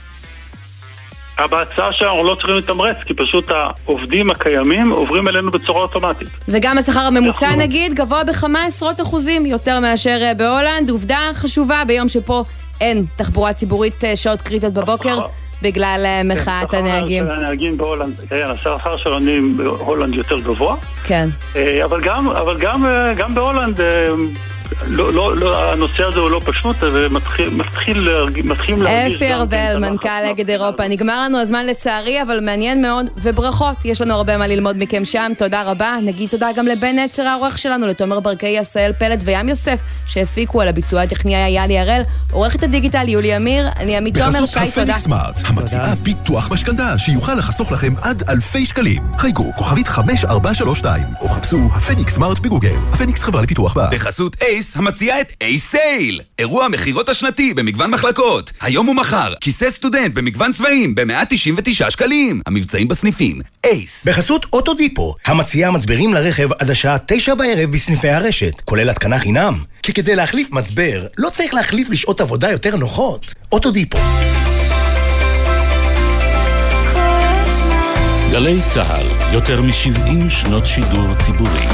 Speaker 18: בהצעה שאנחנו לא צריכים לתמרץ, כי פשוט העובדים הקיימים עוברים אלינו בצורה אוטומטית.
Speaker 2: וגם השכר הממוצע נגיד גבוה בכמה עשרות אחוזים יותר מאשר בהולנד. עובדה חשובה ביום שפה אין תחבורה ציבורית שעות קריטיות בבוקר בגלל מחאת הנהגים.
Speaker 18: הנהגים בהולנד, השכר של הנהגים בהולנד יותר גבוה.
Speaker 2: כן.
Speaker 18: אבל גם בהולנד הנושא הזה הוא לא פשוט, ומתחיל להרגיש...
Speaker 2: אפי ארבל, מנכ"ל אגד אירופה. נגמר לנו הזמן לצערי, אבל מעניין מאוד, וברכות, יש לנו הרבה מה ללמוד מכם שם, תודה רבה. נגיד תודה גם לבן עצר העורך שלנו, לתומר ברקאי, עשאל פלט וים יוסף, שהפיקו על הביצוע הטכני יאלי הראל, עורכת הדיגיטל יולי אמיר, אני עמית תומר, שי, תודה.
Speaker 12: בחסות הפניקס סמארט, המציעה ביטוח משכנתא שיוכל לחסוך לכם עד אלפי שקלים. חייגו כוכבית 5432 או חפשו הפניקס סמארט בגוגל. הפניקס חברה לפיתוח בה.
Speaker 19: בחסות אייס המציעה את אייס סייל, אירוע מחירות השנתי במגוון מחלקות. היום ומחר, כיסא סטודנט במגוון צבעים ב-199 שקלים. המבצעים בסניפים, אייס.
Speaker 20: בחסות אוטודיפו, המציעה מצברים לרכב עד השעה 9 בערב בסניפי הרשת, כולל התקנה חינם. כי כדי להחליף מצבר, לא צריך להחליף לשעות עבודה יותר נוחות. אוטודיפו.
Speaker 21: גלי צהל, יותר מ-70 שנות שידור ציבורי.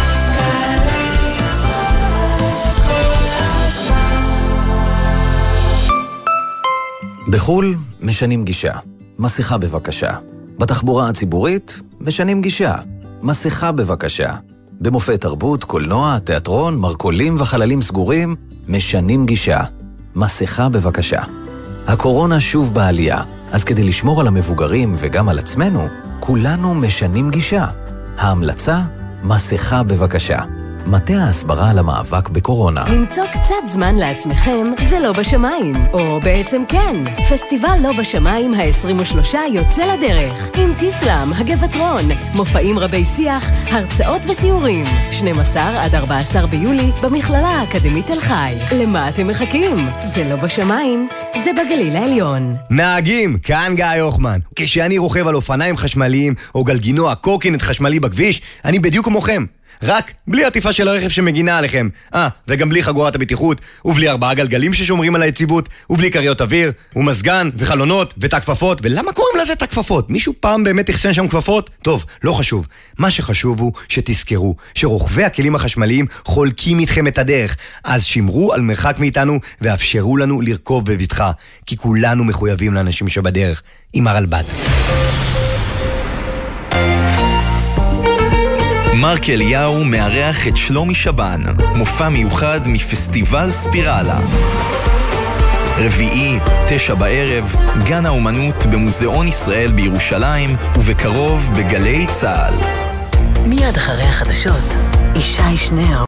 Speaker 22: בחול משנים גישה. מסכה בבקשה. בתחבורה הציבורית משנים גישה. מסכה בבקשה. במופעי תרבות, קולנוע, תיאטרון, מרכולים וחללים סגורים משנים גישה. מסכה בבקשה. הקורונה שוב בעלייה, אז כדי לשמור על המבוגרים וגם על עצמנו, כולנו משנים גישה. ההמלצה, מסכה בבקשה. מטה ההסברה למאבק בקורונה.
Speaker 4: למצוא קצת זמן לעצמכם זה לא בשמיים, או בעצם כן. פסטיבל לא בשמיים ה-23 יוצא לדרך, עם טיסלאם, הגבעתרון, מופעים רבי שיח, הרצאות וסיורים. 12 עד 14 ביולי במכללה האקדמית תל חי. למה אתם מחכים? זה לא בשמיים, זה בגליל העליון.
Speaker 5: נהגים, כאן גיא יוחמן. כשאני רוכב על אופניים חשמליים או גלגינוע קורקינט חשמלי בכביש, אני בדיוק כמוכם. רק בלי עטיפה של הרכב שמגינה עליכם. וגם בלי חגורת הבטיחות, ובלי 4 גלגלים ששומרים על היציבות, ובלי קריות אוויר, ומזגן, וחלונות, ותקפפות. ולמה קוראים לזה תקפפות? מישהו פעם באמת תחסן שם כפפות? טוב, לא חשוב. מה שחשוב הוא שתזכרו שרוכבי הכלים החשמליים חולקים איתכם את הדרך. אז שמרו על מרחק מאיתנו, ואפשרו לנו לרכוב בבטחה. כי כולנו מחויבים לאנשים שבדרך. עם הרלב"ד.
Speaker 23: מרק אליהו מארח את שלומי שבן, מופע מיוחד מפסטיבל ספירלה. רביעי, 9 בערב, גן האומנות במוזיאון ישראל בירושלים, ובקרוב בגלי צהל.
Speaker 1: מיד אחרי החדשות, ישי שנר.